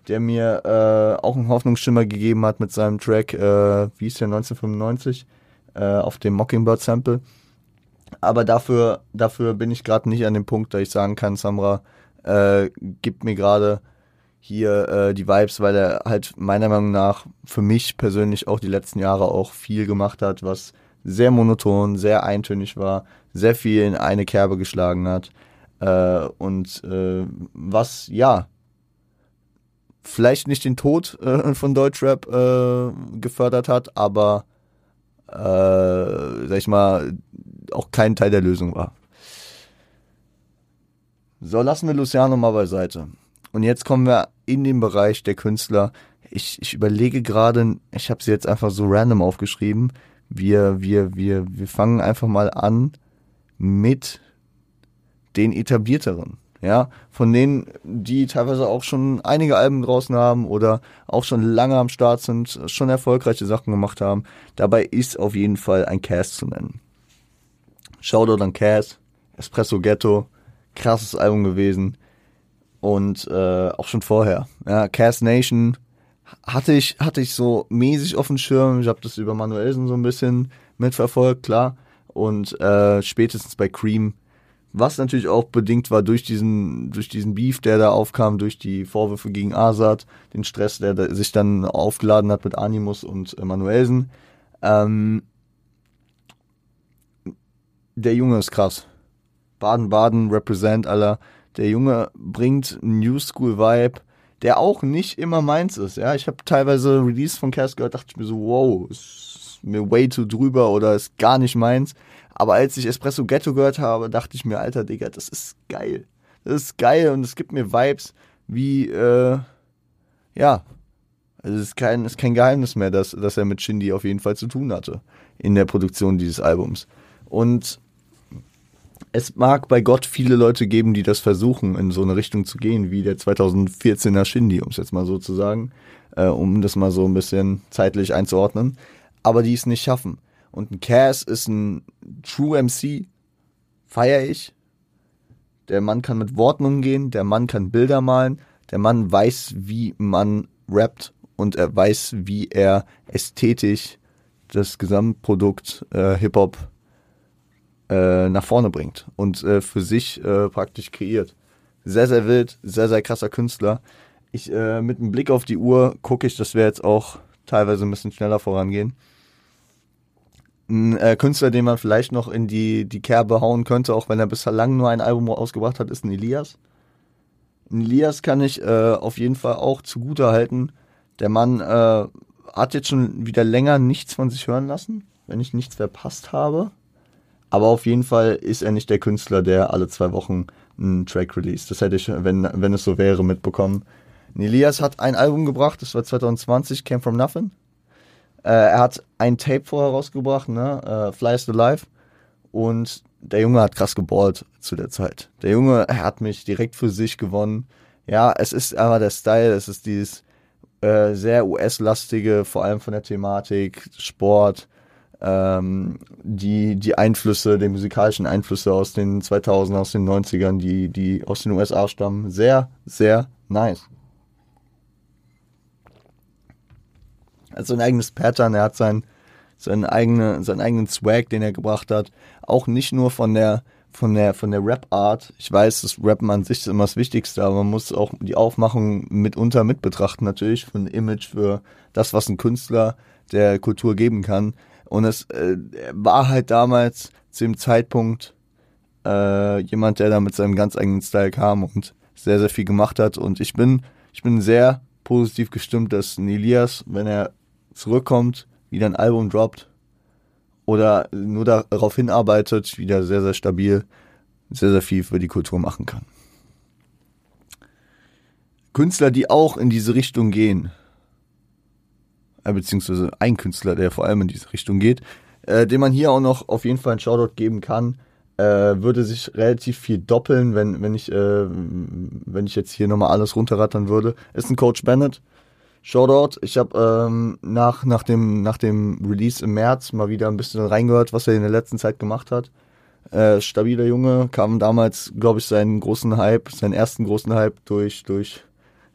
der mir äh, auch einen Hoffnungsschimmer gegeben hat mit seinem Track, äh, wie hieß der, neunzehnhundertfünfundneunzig, äh, auf dem Mockingbird-Sample. Aber dafür, dafür bin ich gerade nicht an dem Punkt, da ich sagen kann, Samra äh, gibt mir gerade hier äh, die Vibes, weil er halt meiner Meinung nach für mich persönlich auch die letzten Jahre auch viel gemacht hat, was sehr monoton, sehr eintönig war, sehr viel in eine Kerbe geschlagen hat äh, und äh, was, ja, vielleicht nicht den Tod äh, von Deutschrap äh, gefördert hat, aber äh, sag ich mal, auch kein Teil der Lösung war. So, lassen wir Luciano mal beiseite. Und jetzt kommen wir in den Bereich der Künstler. Ich, ich überlege gerade, ich habe sie jetzt einfach so random aufgeschrieben. Wir, wir, wir, wir fangen einfach mal an mit den etablierteren. Ja, von denen, die teilweise auch schon einige Alben draußen haben oder auch schon lange am Start sind, schon erfolgreiche Sachen gemacht haben. Dabei ist auf jeden Fall ein Cass zu nennen. Shoutout an Cass, Espresso Ghetto, krasses Album gewesen. Und äh, auch schon vorher. Ja, Cass Nation hatte ich, hatte ich so mäßig auf dem Schirm. Ich habe das über Manuelsen so ein bisschen mitverfolgt, klar. Und äh, spätestens bei Cream, was natürlich auch bedingt war durch diesen, durch diesen Beef, der da aufkam, durch die Vorwürfe gegen Azad, den Stress, der, der sich dann aufgeladen hat mit Animus und äh, Manuelsen. Ähm, der Junge ist krass. Baden-Baden, represent, Alter. Der Junge bringt einen New School Vibe, der auch nicht immer meins ist. Ja, ich habe teilweise Release von Cass gehört, dachte ich mir so, wow, ist mir way too drüber oder ist gar nicht meins. Aber als ich Espresso Ghetto gehört habe, dachte ich mir, Alter, Digga, das ist geil. Das ist geil und es gibt mir Vibes wie, äh, ja, also es ist kein, ist kein Geheimnis mehr, dass, dass er mit Shindy auf jeden Fall zu tun hatte in der Produktion dieses Albums. Und es mag bei Gott viele Leute geben, die das versuchen, in so eine Richtung zu gehen, wie der zweitausendvierzehner Shindy, um es jetzt mal so zu sagen, äh, um das mal so ein bisschen zeitlich einzuordnen, aber die es nicht schaffen. Und ein Cass ist ein True M C, feiere ich. Der Mann kann mit Worten umgehen, der Mann kann Bilder malen, der Mann weiß, wie man rappt und er weiß, wie er ästhetisch das Gesamtprodukt äh, Hip-Hop nach vorne bringt und äh, für sich äh, praktisch kreiert. Sehr, sehr wild, sehr, sehr krasser Künstler. Ich, äh, mit einem Blick auf die Uhr gucke ich, dass wir jetzt auch teilweise ein bisschen schneller vorangehen. Ein äh, Künstler, den man vielleicht noch in die, die Kerbe hauen könnte, auch wenn er bislang nur ein Album ausgebracht hat, ist ein Elias. Ein Elias kann ich äh, auf jeden Fall auch zugute halten. Der Mann äh, hat jetzt schon wieder länger nichts von sich hören lassen, wenn ich nichts verpasst habe. Aber auf jeden Fall ist er nicht der Künstler, der alle zwei Wochen einen Track release. Das hätte ich, wenn, wenn es so wäre, mitbekommen. Elias hat ein Album gebracht, das war zwanzig zwanzig, Came From Nothing. Äh, er hat ein Tape vorher rausgebracht, ne, äh, Fly Is The Life. Und der Junge hat krass geballt zu der Zeit. Der Junge, er hat mich direkt für sich gewonnen. Ja, es ist aber der Style, es ist dieses äh, sehr U S-lastige, vor allem von der Thematik, Sport, Ähm, die, die Einflüsse, die musikalischen Einflüsse aus den zweitausend, aus den neunzigern, die, die aus den U S A stammen, sehr, sehr nice. Er hat so ein eigenes Pattern, er hat sein, sein eigene, seinen eigenen Swag, den er gebracht hat, auch nicht nur von der, von der, von der Rap-Art. Ich weiß, das Rappen an sich ist immer das Wichtigste, aber man muss auch die Aufmachung mitunter mit betrachten, natürlich, für ein Image, für das, was ein Künstler der Kultur geben kann. Und es äh, war halt damals zu dem Zeitpunkt äh, jemand, der da mit seinem ganz eigenen Style kam und sehr, sehr viel gemacht hat. Und ich bin, ich bin sehr positiv gestimmt, dass ein Elias, wenn er zurückkommt, wieder ein Album droppt oder nur darauf hinarbeitet, wieder sehr, sehr stabil, sehr, sehr viel für die Kultur machen kann. Künstler, die auch in diese Richtung gehen, beziehungsweise ein Künstler, der vor allem in diese Richtung geht, äh, dem man hier auch noch auf jeden Fall einen Shoutout geben kann, äh, würde sich relativ viel doppeln, wenn, wenn ich, äh, wenn ich jetzt hier nochmal alles runterrattern würde, ist ein Coach Bennett. Shoutout. Ich habe ähm, nach, nach, dem, nach dem Release im März mal wieder ein bisschen reingehört, was er in der letzten Zeit gemacht hat. Äh, stabiler Junge, kam damals, glaube ich, seinen großen Hype, seinen ersten großen Hype durch, durch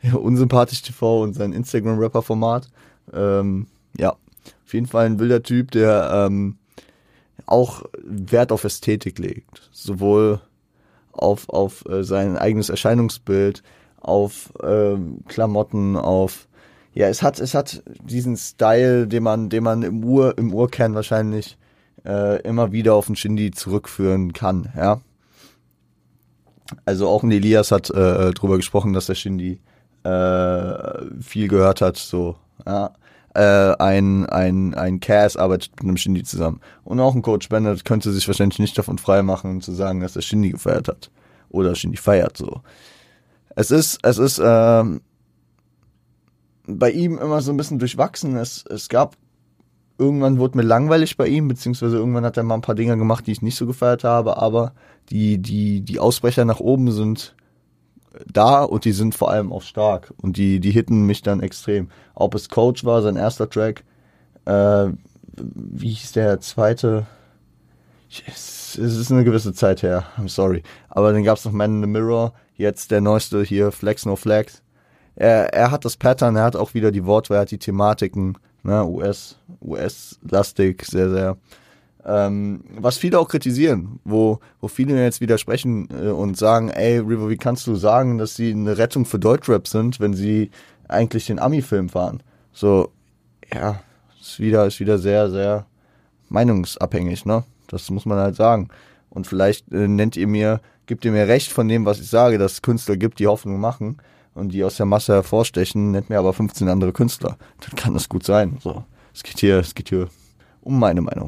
Unsympathisch T V und sein Instagram-Rapper-Format. Ähm, ja, auf jeden Fall ein wilder Typ, der ähm, auch Wert auf Ästhetik legt. Sowohl auf, auf äh, sein eigenes Erscheinungsbild, auf ähm, Klamotten, auf ja, es hat, es hat diesen Style, den man, den man im Ur, im Urkern wahrscheinlich äh, immer wieder auf den Shindy zurückführen kann, ja. Also auch ein Elias hat äh, drüber gesprochen, dass der Shindy äh, viel gehört hat, so, ja. Äh, ein, ein, ein Cass arbeitet mit einem Shindy zusammen. Und auch ein Coach Bennett könnte sich wahrscheinlich nicht davon freimachen, zu sagen, dass er Shindy gefeiert hat. Oder Shindy feiert, so. Es ist, es ist, ähm, bei ihm immer so ein bisschen durchwachsen. Es, es gab, irgendwann wurde mir langweilig bei ihm, beziehungsweise irgendwann hat er mal ein paar Dinge gemacht, die ich nicht so gefeiert habe, aber die, die, die Ausbrecher nach oben sind da und die sind vor allem auch stark und die, die hitten mich dann extrem. Ob es Coach war, sein erster Track, äh, wie hieß der zweite? Es ist eine gewisse Zeit her, I'm sorry. Aber dann gab's noch Man in the Mirror, jetzt der neueste hier, Flex No Flex. Er, er hat das Pattern, er hat auch wieder die Wortwahl, er hat die Thematiken, ne, U S, U S-lastig, sehr, sehr. Ähm, was viele auch kritisieren, wo, wo viele mir jetzt widersprechen äh, und sagen, ey, Rivo, wie kannst du sagen, dass sie eine Rettung für Deutschrap sind, wenn sie eigentlich den Ami-Film fahren? So, ja, ist wieder, ist wieder sehr, sehr meinungsabhängig, ne? Das muss man halt sagen. Und vielleicht äh, nennt ihr mir, gebt ihr mir recht von dem, was ich sage, dass es Künstler gibt, die Hoffnung machen und die aus der Masse hervorstechen, nennt mir aber fünfzehn andere Künstler. Dann kann das gut sein. So, es geht hier, es geht hier um meine Meinung.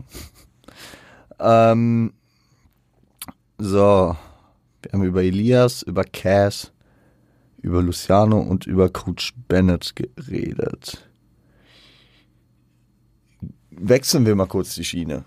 ähm, so, wir haben über Elias, über Cass, über Luciano und über Coach Bennett geredet. Wechseln wir mal kurz die Schiene.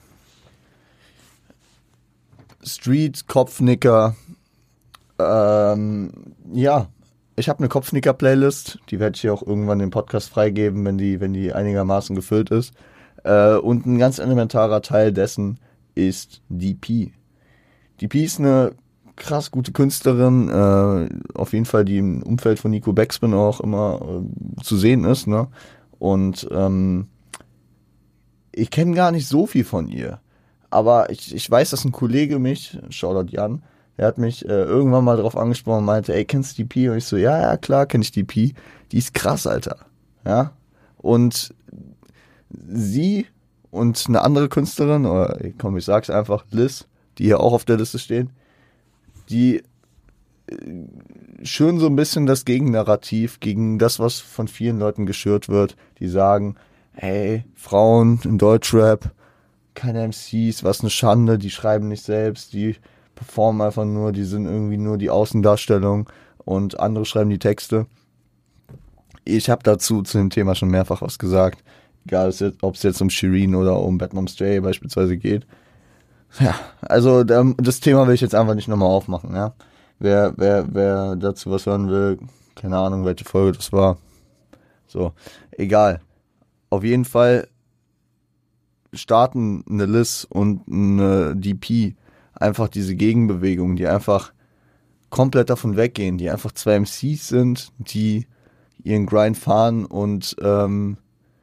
Street, Kopfnicker, ähm, ja, ich habe eine Kopfnicker-Playlist, die werde ich hier auch irgendwann im Podcast freigeben, wenn die, wenn die einigermaßen gefüllt ist. Äh, und ein ganz elementarer Teil dessen ist D P. D P ist eine krass gute Künstlerin, äh, auf jeden Fall, die im Umfeld von Nico Backspin auch immer äh, zu sehen ist, ne? Und ähm, ich kenne gar nicht so viel von ihr. Aber ich, ich weiß, dass ein Kollege mich, Shoutout Jan, der hat mich äh, irgendwann mal drauf angesprochen und meinte, ey, kennst du D P? Und ich so, ja, ja, klar, kenn ich D P. Die ist krass, Alter. Ja. Und sie und eine andere Künstlerin, oder komm, ich sag's einfach, Liz, die hier auch auf der Liste stehen, die äh, schön so ein bisschen das Gegennarrativ gegen das, was von vielen Leuten geschürt wird, die sagen, hey, Frauen in Deutschrap, keine M Cs, was eine Schande, die schreiben nicht selbst, die performen einfach nur, die sind irgendwie nur die Außendarstellung und andere schreiben die Texte. Ich habe dazu zu dem Thema schon mehrfach was gesagt, egal ob es jetzt um Shireen oder um Bad Moms J beispielsweise geht. Ja, also das Thema will ich jetzt einfach nicht nochmal aufmachen, ja. Wer, wer, wer dazu was hören will, keine Ahnung, welche Folge das war. So, egal. Auf jeden Fall starten eine Liz und eine D P einfach diese Gegenbewegung, die einfach komplett davon weggehen, die einfach zwei M Cs sind, die ihren Grind fahren und ähm,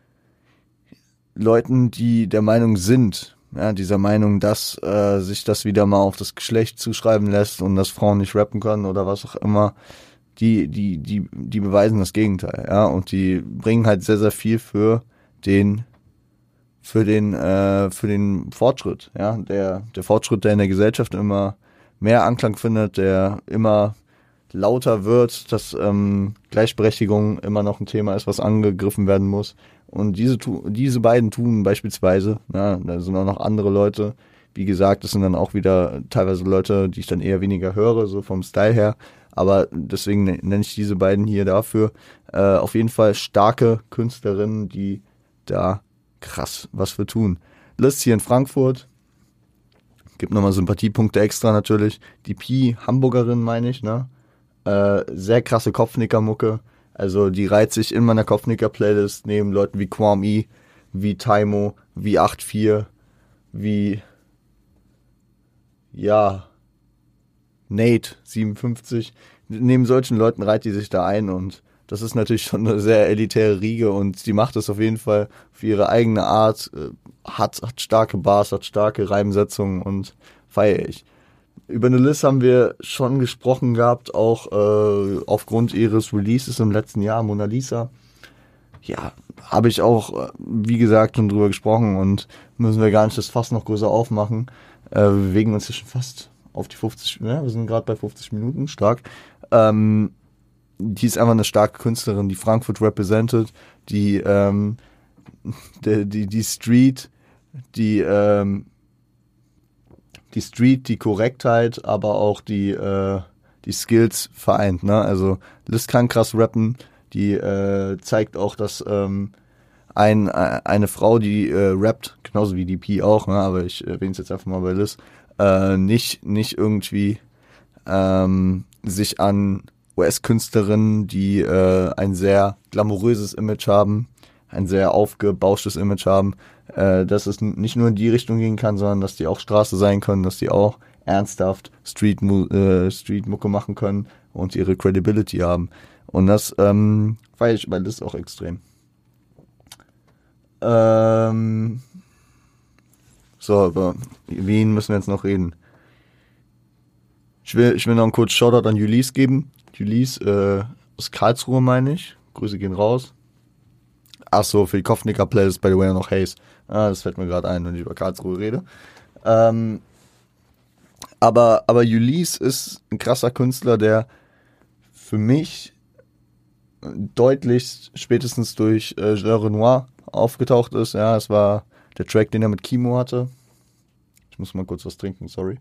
Leuten, die der Meinung sind, ja, dieser Meinung, dass äh, sich das wieder mal auf das Geschlecht zuschreiben lässt und dass Frauen nicht rappen können oder was auch immer, die, die, die, die beweisen das Gegenteil, ja, und die bringen halt sehr, sehr viel für den für den äh, für den Fortschritt, ja, der der Fortschritt, der in der Gesellschaft immer mehr Anklang findet, der immer lauter wird, dass ähm, Gleichberechtigung immer noch ein Thema ist, was angegriffen werden muss. Und diese diese beiden tun beispielsweise, ja, da sind auch noch andere Leute, wie gesagt, das sind dann auch wieder teilweise Leute, die ich dann eher weniger höre, so vom Style her, aber deswegen nenne ich diese beiden hier dafür. Äh, auf jeden Fall starke Künstlerinnen, die da krass was für tun. Liz hier in Frankfurt, gibt nochmal Sympathiepunkte extra natürlich. D P, Hamburgerin meine ich, ne? Äh, sehr krasse Kopfnicker-Mucke. Also die reiht sich in meiner Kopfnicker-Playlist neben Leuten wie Kwame, wie Taimo, wie acht vier, wie ja Nate siebenundfünfzig. Neben solchen Leuten reiht die sich da ein und das ist natürlich schon eine sehr elitäre Riege und die macht es auf jeden Fall auf ihre eigene Art, äh, hat, hat starke Bars, hat starke Reimsetzungen und feiere ich. Über eine Liz haben wir schon gesprochen gehabt, auch äh, aufgrund ihres Releases im letzten Jahr, Mona Lisa. Ja, habe ich auch, wie gesagt, schon drüber gesprochen und müssen wir gar nicht das Fass noch größer aufmachen. Äh, wir bewegen uns hier schon fast auf die fünfzig, ja, wir sind gerade bei fünfzig Minuten, stark. Ähm, die ist einfach eine starke Künstlerin, die Frankfurt represented, die, ähm, die, die, die Street, die, ähm, die Street, die Korrektheit, aber auch die, äh, die Skills vereint, ne? Also Liz kann krass rappen, die äh, zeigt auch, dass ähm, ein, äh, eine Frau, die äh, rappt, genauso wie die P auch, ne? Aber ich erwähne es jetzt einfach mal bei Liz, äh, nicht, nicht irgendwie ähm, sich an U S-Künstlerinnen, die äh, ein sehr glamouröses Image haben, ein sehr aufgebauschtes Image haben, äh, dass es nicht nur in die Richtung gehen kann, sondern dass die auch Straße sein können, dass die auch ernsthaft Street, äh, Street-Mucke machen können und ihre Credibility haben. Und das ähm, feiere ich bei Liz auch extrem. Ähm, so, über wen müssen wir jetzt noch reden? Ich will, ich will noch einen kurzen Shoutout an Ulysse geben. Ulysse äh, aus Karlsruhe, meine ich. Grüße gehen raus. Ach so, für die Kopfnicker-Playlist, by the way, noch Haze. Ah, das fällt mir gerade ein, wenn ich über Karlsruhe rede. Ähm, aber, aber Ulysse ist ein krasser Künstler, der für mich deutlich spätestens durch äh, Jean Renoir aufgetaucht ist. Ja, es war der Track, den er mit Kimo hatte. Ich muss mal kurz was trinken, sorry.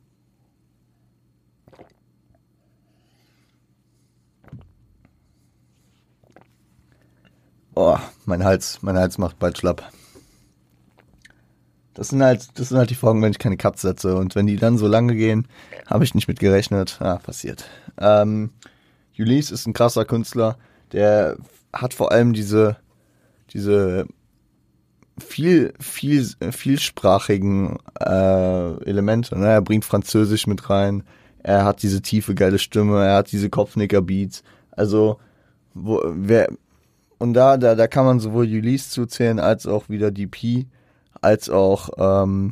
Oh, mein Hals, mein Hals macht bald schlapp. Das sind halt, das sind halt die Folgen, wenn ich keine Cuts setze. Und wenn die dann so lange gehen, habe ich nicht mit gerechnet. Ah, passiert. Ähm, Ulysse ist ein krasser Künstler, der hat vor allem diese, diese viel, viel, vielsprachigen äh, Elemente. Ne? Er bringt Französisch mit rein. Er hat diese tiefe, geile Stimme. Er hat diese Kopfnicker-Beats. Also, wo, wer, und da, da, da kann man sowohl Ulysse zuzählen, als auch wieder D P, als auch, ähm,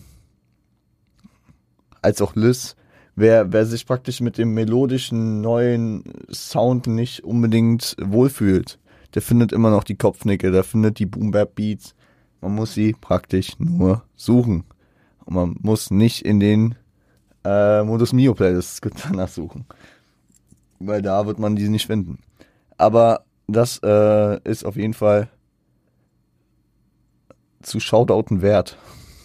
als auch Liz. Wer, wer sich praktisch mit dem melodischen, neuen Sound nicht unbedingt wohlfühlt, der findet immer noch die Kopfnicke, der findet die Boom-Bap-Beats. Man muss sie praktisch nur suchen. Und man muss nicht in den äh, Modus Mio Playlists danach suchen. Weil da wird man die nicht finden. Aber das äh, ist auf jeden Fall zu Shoutouten wert.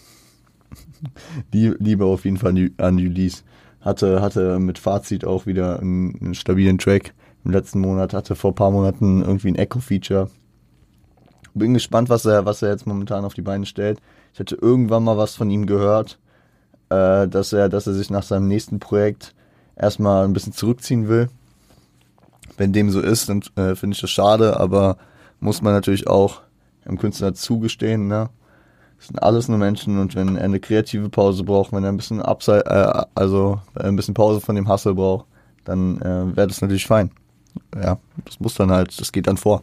Die Liebe auf jeden Fall an Ulysse. Hatte, hatte mit Fazit auch wieder einen, einen stabilen Track im letzten Monat, hatte vor ein paar Monaten irgendwie ein Echo-Feature. Bin gespannt, was er, was er jetzt momentan auf die Beine stellt. Ich hätte irgendwann mal was von ihm gehört, äh, dass er, dass er sich nach seinem nächsten Projekt erstmal ein bisschen zurückziehen will. Wenn dem so ist, dann äh, finde ich das schade, aber muss man natürlich auch dem Künstler zugestehen, ne? Das sind alles nur Menschen und wenn er eine kreative Pause braucht, wenn er ein bisschen Upside, äh, also ein bisschen Pause von dem Hustle braucht, dann äh, wäre das natürlich fein. Ja, das muss dann halt, das geht dann vor.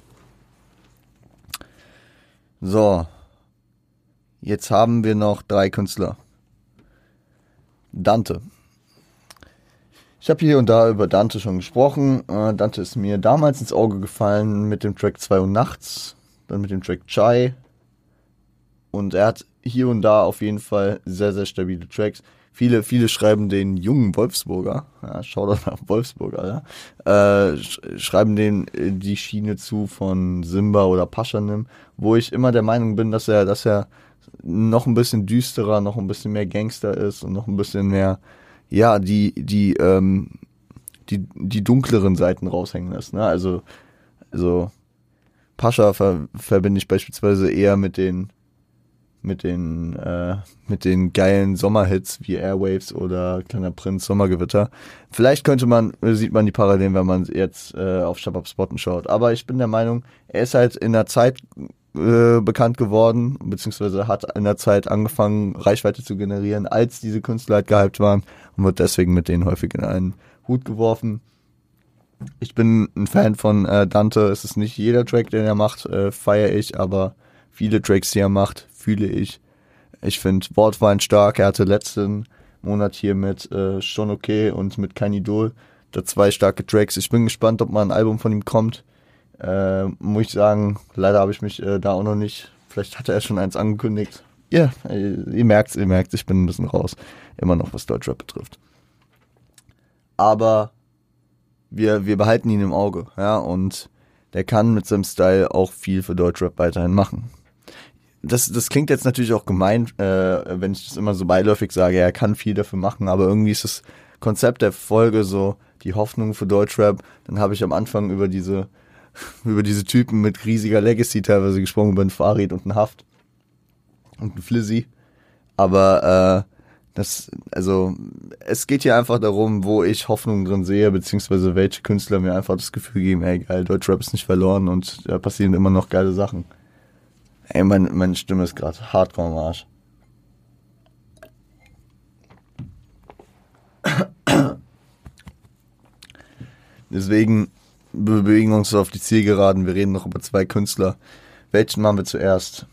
So, jetzt haben wir noch drei Künstler. Dante. Ich habe hier und da über Dante schon gesprochen. Äh, Dante ist mir damals ins Auge gefallen mit dem Track zwei Uhr nachts, dann mit dem Track Chai. Und er hat hier und da auf jeden Fall sehr, sehr stabile Tracks. Viele, viele schreiben den jungen Wolfsburger, ja, schau doch nach Wolfsburger, ja, äh, sch- schreiben den die Schiene zu von Simba oder Paschanim, wo ich immer der Meinung bin, dass er, dass er noch ein bisschen düsterer, noch ein bisschen mehr Gangster ist und noch ein bisschen mehr, ja, die, die, ähm, die, die dunkleren Seiten raushängen lässt, ne? Also, also Pascha ver- verbinde ich beispielsweise eher mit den mit den äh, mit den geilen Sommerhits wie Airwaves oder Kleiner Prinz, Sommergewitter. Vielleicht könnte man, sieht man die Parallelen, wenn man jetzt äh, auf Shabab Spotten schaut. Aber ich bin der Meinung, er ist halt in der Zeit äh, bekannt geworden, beziehungsweise hat in der Zeit angefangen, Reichweite zu generieren, als diese Künstler halt gehypt waren und wird deswegen mit denen häufig in einen Hut geworfen. Ich bin ein Fan von äh, Dante. Es ist nicht jeder Track, den er macht, äh, feiere ich, aber viele Tracks, die er macht, fühle ich. Ich finde Wortwein stark. Er hatte letzten Monat hier mit äh, Schon Okay und mit Kein Idol da zwei starke Tracks. Ich bin gespannt, ob mal ein Album von ihm kommt. Äh, muss ich sagen, leider habe ich mich äh, da auch noch nicht, vielleicht hatte er schon eins angekündigt. Ja, yeah, ihr merkt's, ihr merkt's, ich bin ein bisschen raus. Immer noch, was Deutschrap betrifft. Aber wir, wir behalten ihn im Auge, ja, und der kann mit seinem Style auch viel für Deutschrap weiterhin machen. Das, das klingt jetzt natürlich auch gemein, äh, wenn ich das immer so beiläufig sage, er kann viel dafür machen, aber irgendwie ist das Konzept der Folge so die Hoffnung für Deutschrap. Dann habe ich am Anfang über diese über diese Typen mit riesiger Legacy teilweise gesprochen, über einen Farid und einen Haft und einen Flizzy. Aber äh, das, also es geht hier einfach darum, wo ich Hoffnung drin sehe, beziehungsweise welche Künstler mir einfach das Gefühl geben, ey geil, Deutschrap ist nicht verloren und da passieren immer noch geile Sachen. Ey, mein, meine Stimme ist gerade hardcore am Arsch. Deswegen wir bewegen uns auf die Zielgeraden. Wir reden noch über zwei Künstler. Welchen machen wir zuerst?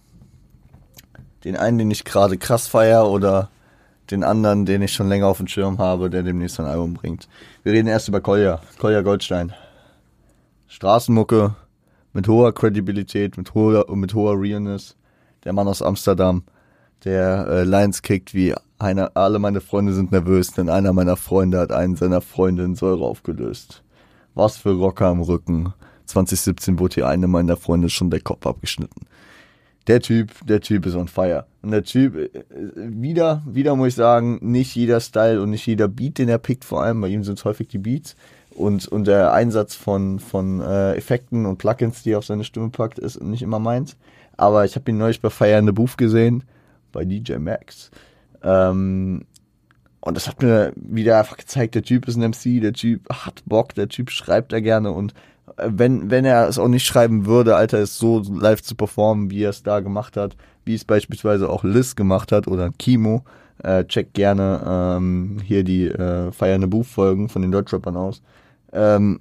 Den einen, den ich gerade krass feiere, oder den anderen, den ich schon länger auf dem Schirm habe, der demnächst ein Album bringt? Wir reden erst über Kolja. Kolja Goldstein. Straßenmucke mit hoher Credibilität, mit hoher, mit hoher Realness. Der Mann aus Amsterdam, der äh, Lines kickt wie einer, alle meine Freunde sind nervös, denn einer meiner Freunde hat einen seiner Freunde in Säure aufgelöst. Was für Rocker am Rücken. zwanzig siebzehn wurde hier eine meiner Freunde schon der Kopf abgeschnitten. Der Typ, der Typ ist on fire. Und der Typ, wieder, wieder muss ich sagen, nicht jeder Style und nicht jeder Beat, den er pickt, vor allem, bei ihm sind es häufig die Beats. Und, und der Einsatz von, von äh, Effekten und Plugins, die er auf seine Stimme packt, ist nicht immer meins. Aber ich habe ihn neulich bei Fire in the Booth gesehen, bei D J Max. Ähm, und das hat mir wieder einfach gezeigt, der Typ ist ein M C, der Typ hat Bock, der Typ schreibt da gerne. Und wenn, wenn er es auch nicht schreiben würde, Alter, ist so live zu performen, wie er es da gemacht hat, wie es beispielsweise auch Liz gemacht hat oder Kimo, äh, checkt gerne ähm, hier die äh, Fire in the Booth Folgen von den Deutschrappern aus. Ähm,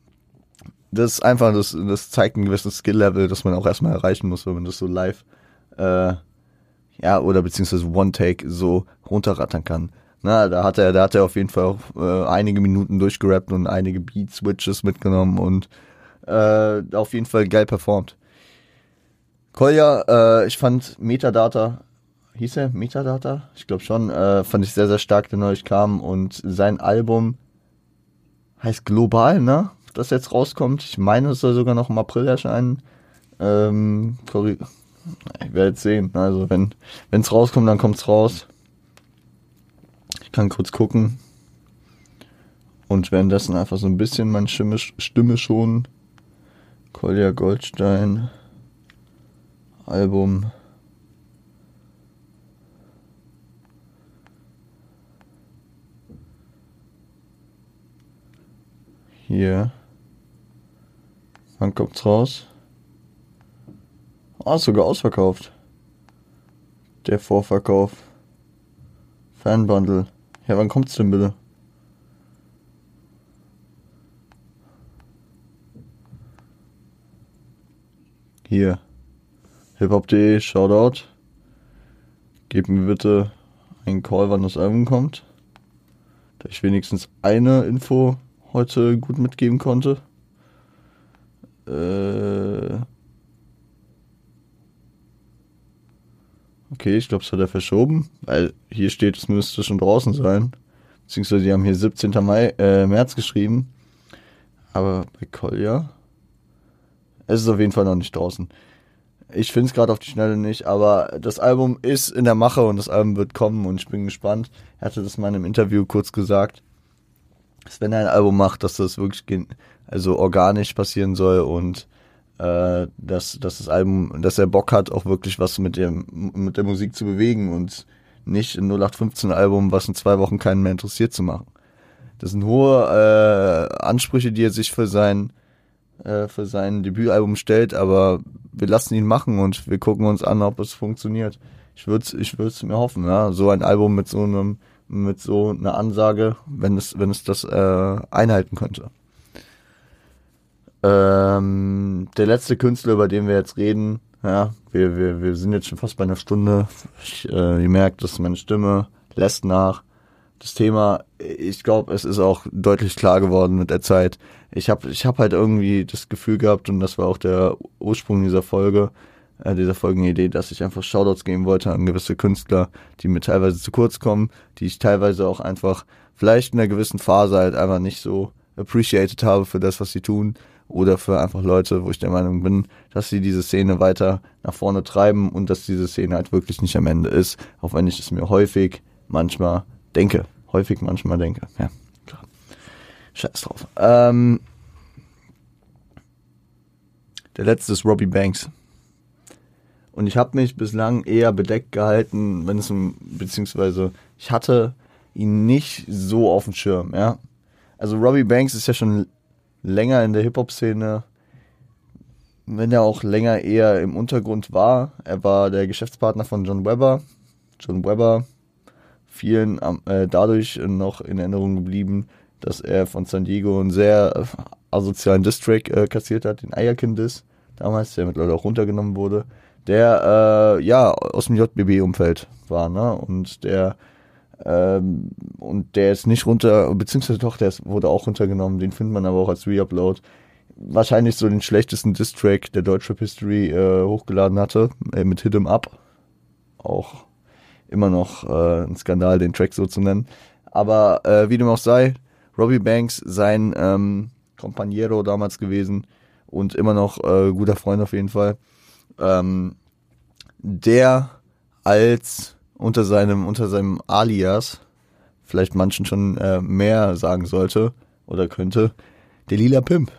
das ist einfach, das, das zeigt ein gewisses Skill-Level, das man auch erstmal erreichen muss, wenn man das so live, äh, ja, oder beziehungsweise One-Take so runterrattern kann. Na, da hat er, da hat er auf jeden Fall auch äh, einige Minuten durchgerappt und einige Beat-Switches mitgenommen und äh, auf jeden Fall geil performt. Kolja, äh, ich fand Metadata, hieß er Metadata? Ich glaube schon, äh, fand ich sehr, sehr stark, der neulich kam, und sein Album heißt Global, ne? Das jetzt rauskommt. Ich meine, es soll sogar noch im April erscheinen. Ähm, ich werde jetzt sehen. Also wenn es rauskommt, dann kommt's raus. Ich kann kurz gucken. Und währenddessen einfach so ein bisschen meine Stimme, Stimme schonen. Kolja Goldstein. Album. Hier. Wann kommt's raus? Ah, ist sogar ausverkauft. Der Vorverkauf. Fanbundle. Ja, wann kommt's denn bitte? Hier. hiphop punkt de, Shoutout. Gebt mir bitte einen Call, wann das Album kommt. Da ich wenigstens eine Info heute gut mitgeben konnte. Äh okay, ich glaube, es hat er verschoben, weil hier steht, es müsste schon draußen sein. Beziehungsweise die haben hier siebzehnten Mai, äh, März geschrieben. Aber bei Kolja es ist auf jeden Fall noch nicht draußen. Ich finde es gerade auf die Schnelle nicht, aber das Album ist in der Mache und das Album wird kommen und ich bin gespannt. Er hatte das mal in einem Interview kurz gesagt, dass wenn er ein Album macht, dass das wirklich gen- also organisch passieren soll und äh, dass, dass das Album, dass er Bock hat, auch wirklich was mit dem mit der Musik zu bewegen und nicht ein null acht fünfzehn Album, was in zwei Wochen keinen mehr interessiert, zu machen. Das sind hohe äh, Ansprüche, die er sich für sein äh, für sein Debütalbum stellt, aber wir lassen ihn machen und wir gucken uns an, ob es funktioniert. Ich würde ich würde es mir hoffen, ja, so ein Album mit so einem mit so einer Ansage, wenn es wenn es das äh, einhalten könnte. Ähm, der letzte Künstler, über den wir jetzt reden, ja, wir, wir, wir sind jetzt schon fast bei einer Stunde. Ich, äh, ihr merkt, dass meine Stimme lässt nach. Das Thema, ich glaube, es ist auch deutlich klar geworden mit der Zeit. Ich habe ich hab halt irgendwie das Gefühl gehabt, und das war auch der Ursprung dieser Folge, äh, dieser Folgenidee, dass ich einfach Shoutouts geben wollte an gewisse Künstler, die mir teilweise zu kurz kommen, die ich teilweise auch einfach vielleicht in einer gewissen Phase halt einfach nicht so appreciated habe für das, was sie tun, oder für einfach Leute, wo ich der Meinung bin, dass sie diese Szene weiter nach vorne treiben und dass diese Szene halt wirklich nicht am Ende ist, auch wenn ich es mir häufig manchmal denke. Häufig manchmal denke. Ja, klar. Scheiß drauf. Ähm, der letzte ist Robbie Banks. Und ich habe mich bislang eher bedeckt gehalten, wenn es um, beziehungsweise ich hatte ihn nicht so auf dem Schirm, ja. Also Robbie Banks ist ja schon länger in der Hip-Hop-Szene, wenn er auch länger eher im Untergrund war. Er war der Geschäftspartner von John Webber. John Webber, vielen äh, dadurch noch in Erinnerung geblieben, dass er von San Diego einen sehr äh, asozialen Diss-Track äh, kassiert hat, den Eierkin-Diss damals, der mittlerweile auch runtergenommen wurde, der äh, ja aus dem J B B-Umfeld war, ne? Und der ähm, und der ist nicht runter, beziehungsweise doch, der ist, wurde auch runtergenommen, den findet man aber auch als Reupload. Wahrscheinlich so den schlechtesten Diss-Track der Deutschrap History äh, hochgeladen hatte, äh, mit Hit 'em Up. Auch immer noch äh, ein Skandal, den Track so zu nennen. Aber äh, wie dem auch sei, Robbie Banks, sein ähm, Compañero damals gewesen und immer noch äh, guter Freund auf jeden Fall, ähm, der als unter seinem unter seinem Alias vielleicht manchen schon äh, mehr sagen sollte oder könnte, der Lila Pimp.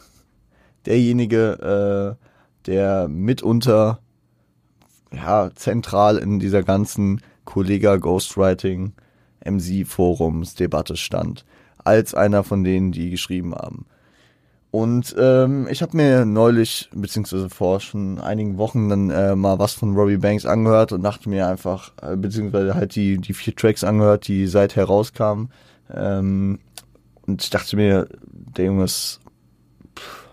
Derjenige, äh, der mitunter ja, zentral in dieser ganzen Kollega Ghostwriting M C Forums Debatte stand, als einer von denen, die geschrieben haben. Und ähm, ich habe mir neulich, beziehungsweise vor schon einigen Wochen dann äh, mal was von Robbie Banks angehört und dachte mir einfach, äh, beziehungsweise halt die, die vier Tracks angehört, die seither rauskamen. Ähm, und ich dachte mir, der Junge ist pff,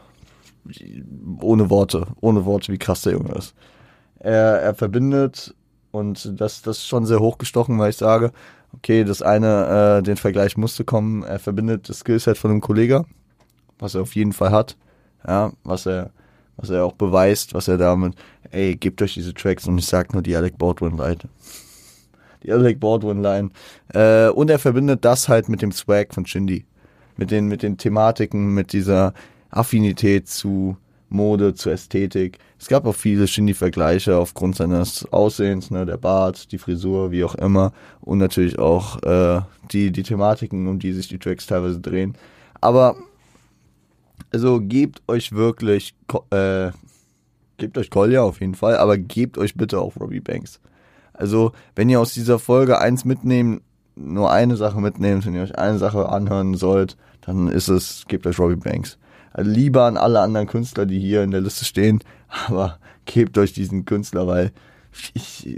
ohne Worte, ohne Worte, wie krass der Junge ist. Er, er verbindet, und das, das ist schon sehr hochgestochen, weil ich sage, okay, das eine, äh, den Vergleich musste kommen, er verbindet das Skillset von einem Kollegen, was er auf jeden Fall hat, ja, was er, was er auch beweist, was er damit, ey, gebt euch diese Tracks, und ich sag nur die Alec Baldwin Line. Die Alec Baldwin Line. Äh, und er verbindet das halt mit dem Swag von Shindy. Mit den, mit den Thematiken, mit dieser Affinität zu Mode, zu Ästhetik. Es gab auch viele Shindy-Vergleiche aufgrund seines Aussehens, ne, der Bart, die Frisur, wie auch immer. Und natürlich auch äh, die, die Thematiken, um die sich die Tracks teilweise drehen. Aber also gebt euch wirklich, äh, gebt euch Kolja auf jeden Fall, aber gebt euch bitte auch Robbie Banks. Also wenn ihr aus dieser Folge eins mitnehmt, nur eine Sache mitnehmt, wenn ihr euch eine Sache anhören sollt, dann ist es, gebt euch Robbie Banks. Also lieber an alle anderen Künstler, die hier in der Liste stehen, aber gebt euch diesen Künstler, weil ich,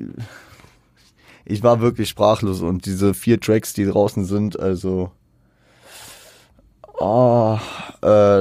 ich war wirklich sprachlos, und diese vier Tracks, die draußen sind, also oh, äh,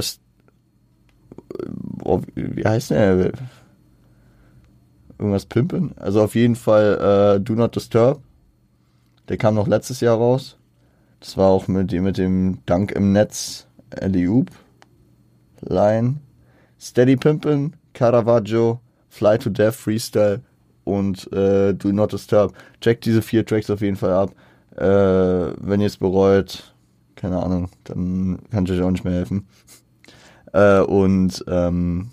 oh, wie heißt der? Irgendwas Pimpen? Also auf jeden Fall äh, Do Not Disturb. Der kam noch letztes Jahr raus. Das war auch mit, mit dem Dank im Netz Alley-Oop Line. Steady Pimpin', Caravaggio, Fly to Death Freestyle und äh, Do Not Disturb. Checkt diese vier Tracks auf jeden Fall ab. Äh, wenn ihr es bereut, keine Ahnung, dann kann ich euch auch nicht mehr helfen. Äh, und ähm,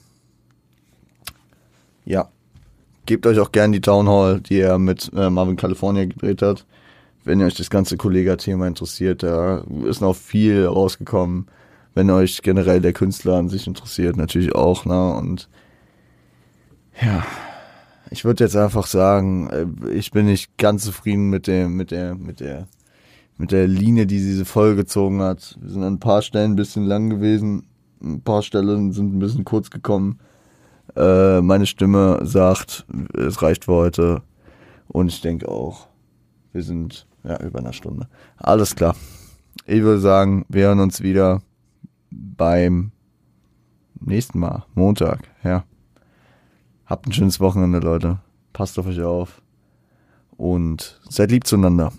ja, gebt euch auch gern die Town Hall, die er mit äh, Marvin California gedreht hat. Wenn ihr euch das ganze Kollega-Thema interessiert, da ist noch viel rausgekommen. Wenn euch generell der Künstler an sich interessiert, natürlich auch, ne? Und ja, ich würde jetzt einfach sagen, ich bin nicht ganz zufrieden mit dem, mit der, mit der, mit der Linie, die diese Folge gezogen hat. Wir sind an ein paar Stellen ein bisschen lang gewesen, ein paar Stellen sind ein bisschen kurz gekommen. Äh, meine Stimme sagt, es reicht für heute. Und ich denke auch, wir sind ja über einer Stunde. Alles klar. Ich würde sagen, wir hören uns wieder beim nächsten Mal, Montag, ja. Habt ein schönes Wochenende, Leute. Passt auf euch auf. Und seid lieb zueinander.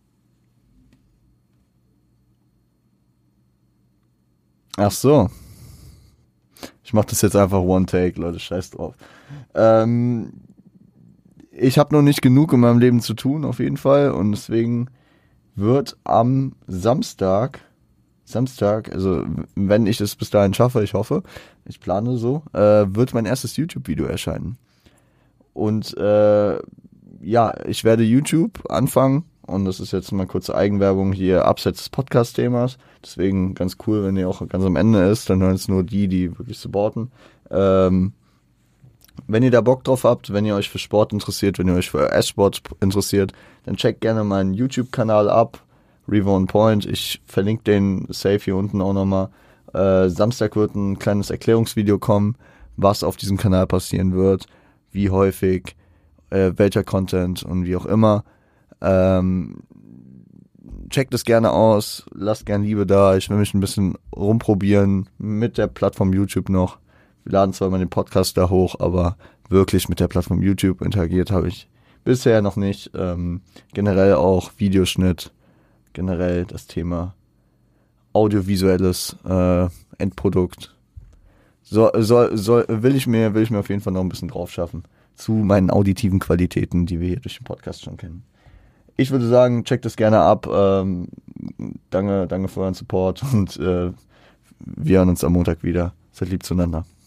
Ach so. Ich mach das jetzt einfach One Take, Leute, scheiß drauf. Ähm, ich habe noch nicht genug in meinem Leben zu tun, auf jeden Fall. Und deswegen wird am Samstag, Samstag, also wenn ich es bis dahin schaffe, ich hoffe, ich plane so, äh, wird mein erstes YouTube-Video erscheinen. Und äh, ja, ich werde YouTube anfangen. Und das ist jetzt mal kurze Eigenwerbung hier abseits des Podcast-Themas. Deswegen ganz cool, wenn ihr auch ganz am Ende ist. Dann hören es nur die, die wirklich supporten. Ähm, wenn ihr da Bock drauf habt, wenn ihr euch für Sport interessiert, wenn ihr euch für S-Sport interessiert, dann checkt gerne meinen YouTube-Kanal ab. Revo on Point. Ich verlinke den safe hier unten auch nochmal. Äh, Samstag wird ein kleines Erklärungsvideo kommen, was auf diesem Kanal passieren wird, wie häufig, äh, welcher Content und wie auch immer. Ähm, checkt es gerne aus, lasst gerne Liebe da, ich will mich ein bisschen rumprobieren mit der Plattform YouTube noch. Wir laden zwar mal den Podcast da hoch, aber wirklich mit der Plattform YouTube interagiert habe ich bisher noch nicht. Ähm, generell auch Videoschnitt, generell das Thema audiovisuelles äh, Endprodukt. So, so, so, will ich mir, will ich mir auf jeden Fall noch ein bisschen drauf schaffen zu meinen auditiven Qualitäten, die wir hier durch den Podcast schon kennen. Ich würde sagen, checkt das gerne ab. Ähm, danke, danke für euren Support und äh, wir hören uns am Montag wieder. Seid lieb zueinander.